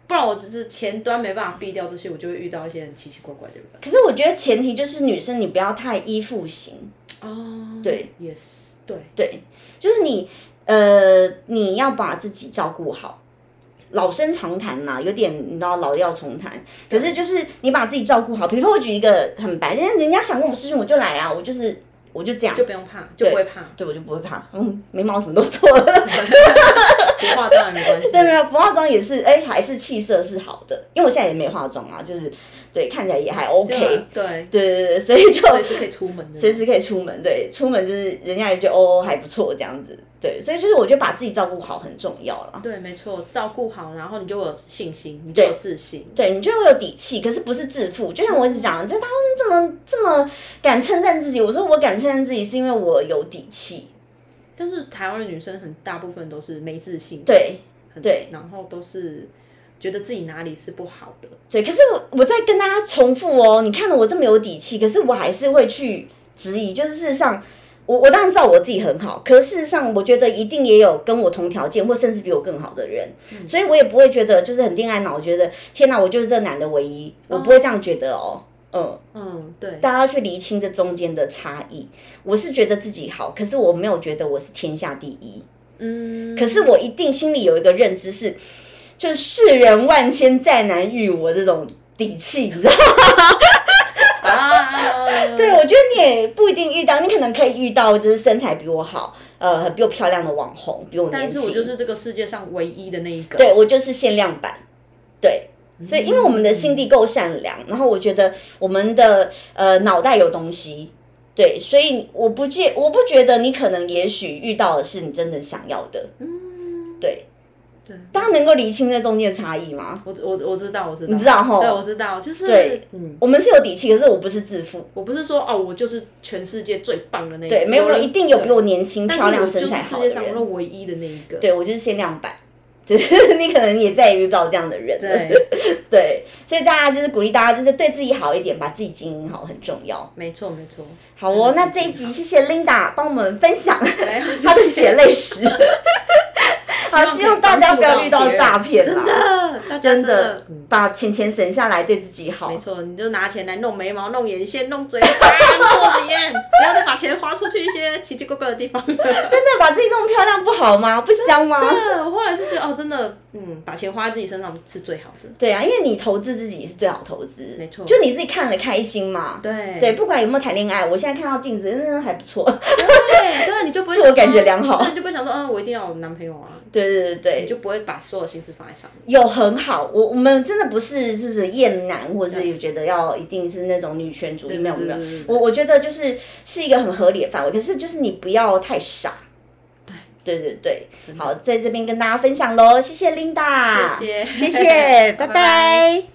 不然我只是前端没办法避掉这些，我就会遇到一些很奇奇怪怪的人。 可是我觉得前提就是女生你不要太依附型。 哦， 对， 也是，对对，就是你呃你要把自己照顾好。老生常谈啦，有点你知道老调重弹。可是就是你把自己照顾好，比如说我举一个很白，人家人家想跟我视讯我就来啊，我就是我就这样， 就不用怕，就不会怕。 对，我就不会怕。嗯，眉毛什么都做了， 不化妆也没关系。 对，没有不化妆也是，哎、欸，还是气色是好的，因为我现在也没化妆啊，就是对看起来也还 OK。 对对对对，所以就随时可以出门， 随时可以出门，对，出门就是人家也觉得哦还不错这样子。对，所以就是我觉得把自己照顾好很重要啦。 对，没错，照顾好，然后你就有信心，你就有自信， 对，你就会有底气。可是不是自负，就像我一直讲，这他们怎么这么敢称赞自己？我说我敢称赞自己，是因为我有底气。 但是台湾的女生很大部分都是没自信， 对对， 然后都是觉得自己哪里是不好的。 对，可是我我在跟大家重复哦，你看了我这么有底气，可是我还是会去质疑，就是事实上。我我当然知道我自己很好，可是事实上我觉得一定也有跟我同条件或甚至比我更好的人，嗯、所以我也不会觉得就是很恋爱脑，觉得天哪，我就是这男的唯一，我不会这样觉得哦。嗯嗯，对， 大家要去厘清这中间的差异。我是觉得自己好，可是我没有觉得我是天下第一。嗯，可是我一定心里有一个认知是，就是世人万千再难遇我这种底气，你知道吗？啊，对，我觉得你也不一定遇到，你可能可以遇到就是身材比我好，呃，比我漂亮的网红，比我年轻。 但是我就是这个世界上唯一的那一个。 对，我就是限量版。对，所以因为我们的心地够善良，然后我觉得我们的呃脑袋有东西，对，所以我不介，我不觉得你可能也许遇到的是你真的想要的。嗯，对。对，大家能够厘清这中间的差异吗？ 我我我知道，我知道， 你知道吼？ 对，我知道，就是对，嗯，我们是有底气，可是我不是自负， 我不是说哦，我就是全世界最棒的那一个， 对，没有没有，一定有比我年轻、漂亮、身材好的人， 但是我就是世界上那唯一的那一个， 对我就是限量版，就是你可能也再也遇不到这样的人， 对对，所以大家就是鼓励大家，就是对自己好一点，把自己经营好很重要， 没错没错。 好哦，那这一集谢谢 Linda 帮我们分享她的血泪史。好，希望大家不要遇到诈骗啦！ 真的，大家真的把钱钱省下来，对自己好。 没错，你就拿钱来弄眉毛、弄眼线、弄嘴巴、做脸，不要再把钱花出去一些奇奇怪怪的地方。真的把自己弄漂亮不好吗？不香吗？ 真的，我后来就觉得哦，真的，嗯，把钱花在自己身上是最好的。 对啊，因为你投资自己是最好投资， 没错， 就你自己看了开心嘛。 对对，不管有没有谈恋爱，我现在看到镜子，嗯，还不错。 对对，你就不会自我感觉良好， 对，你就不会想说，嗯，我一定要有男朋友啊。 对对对对， 你就不会把所有心思放在上面。 有很好，我我们真的不是是不是厌男，或者是觉得要一定是那种女权主义，没有没有。我我觉得就是是一个很合理的范围，可是就是你不要太傻。对对对对，好，在这边跟大家分享喽，谢谢 Linda， 谢谢谢谢，拜拜。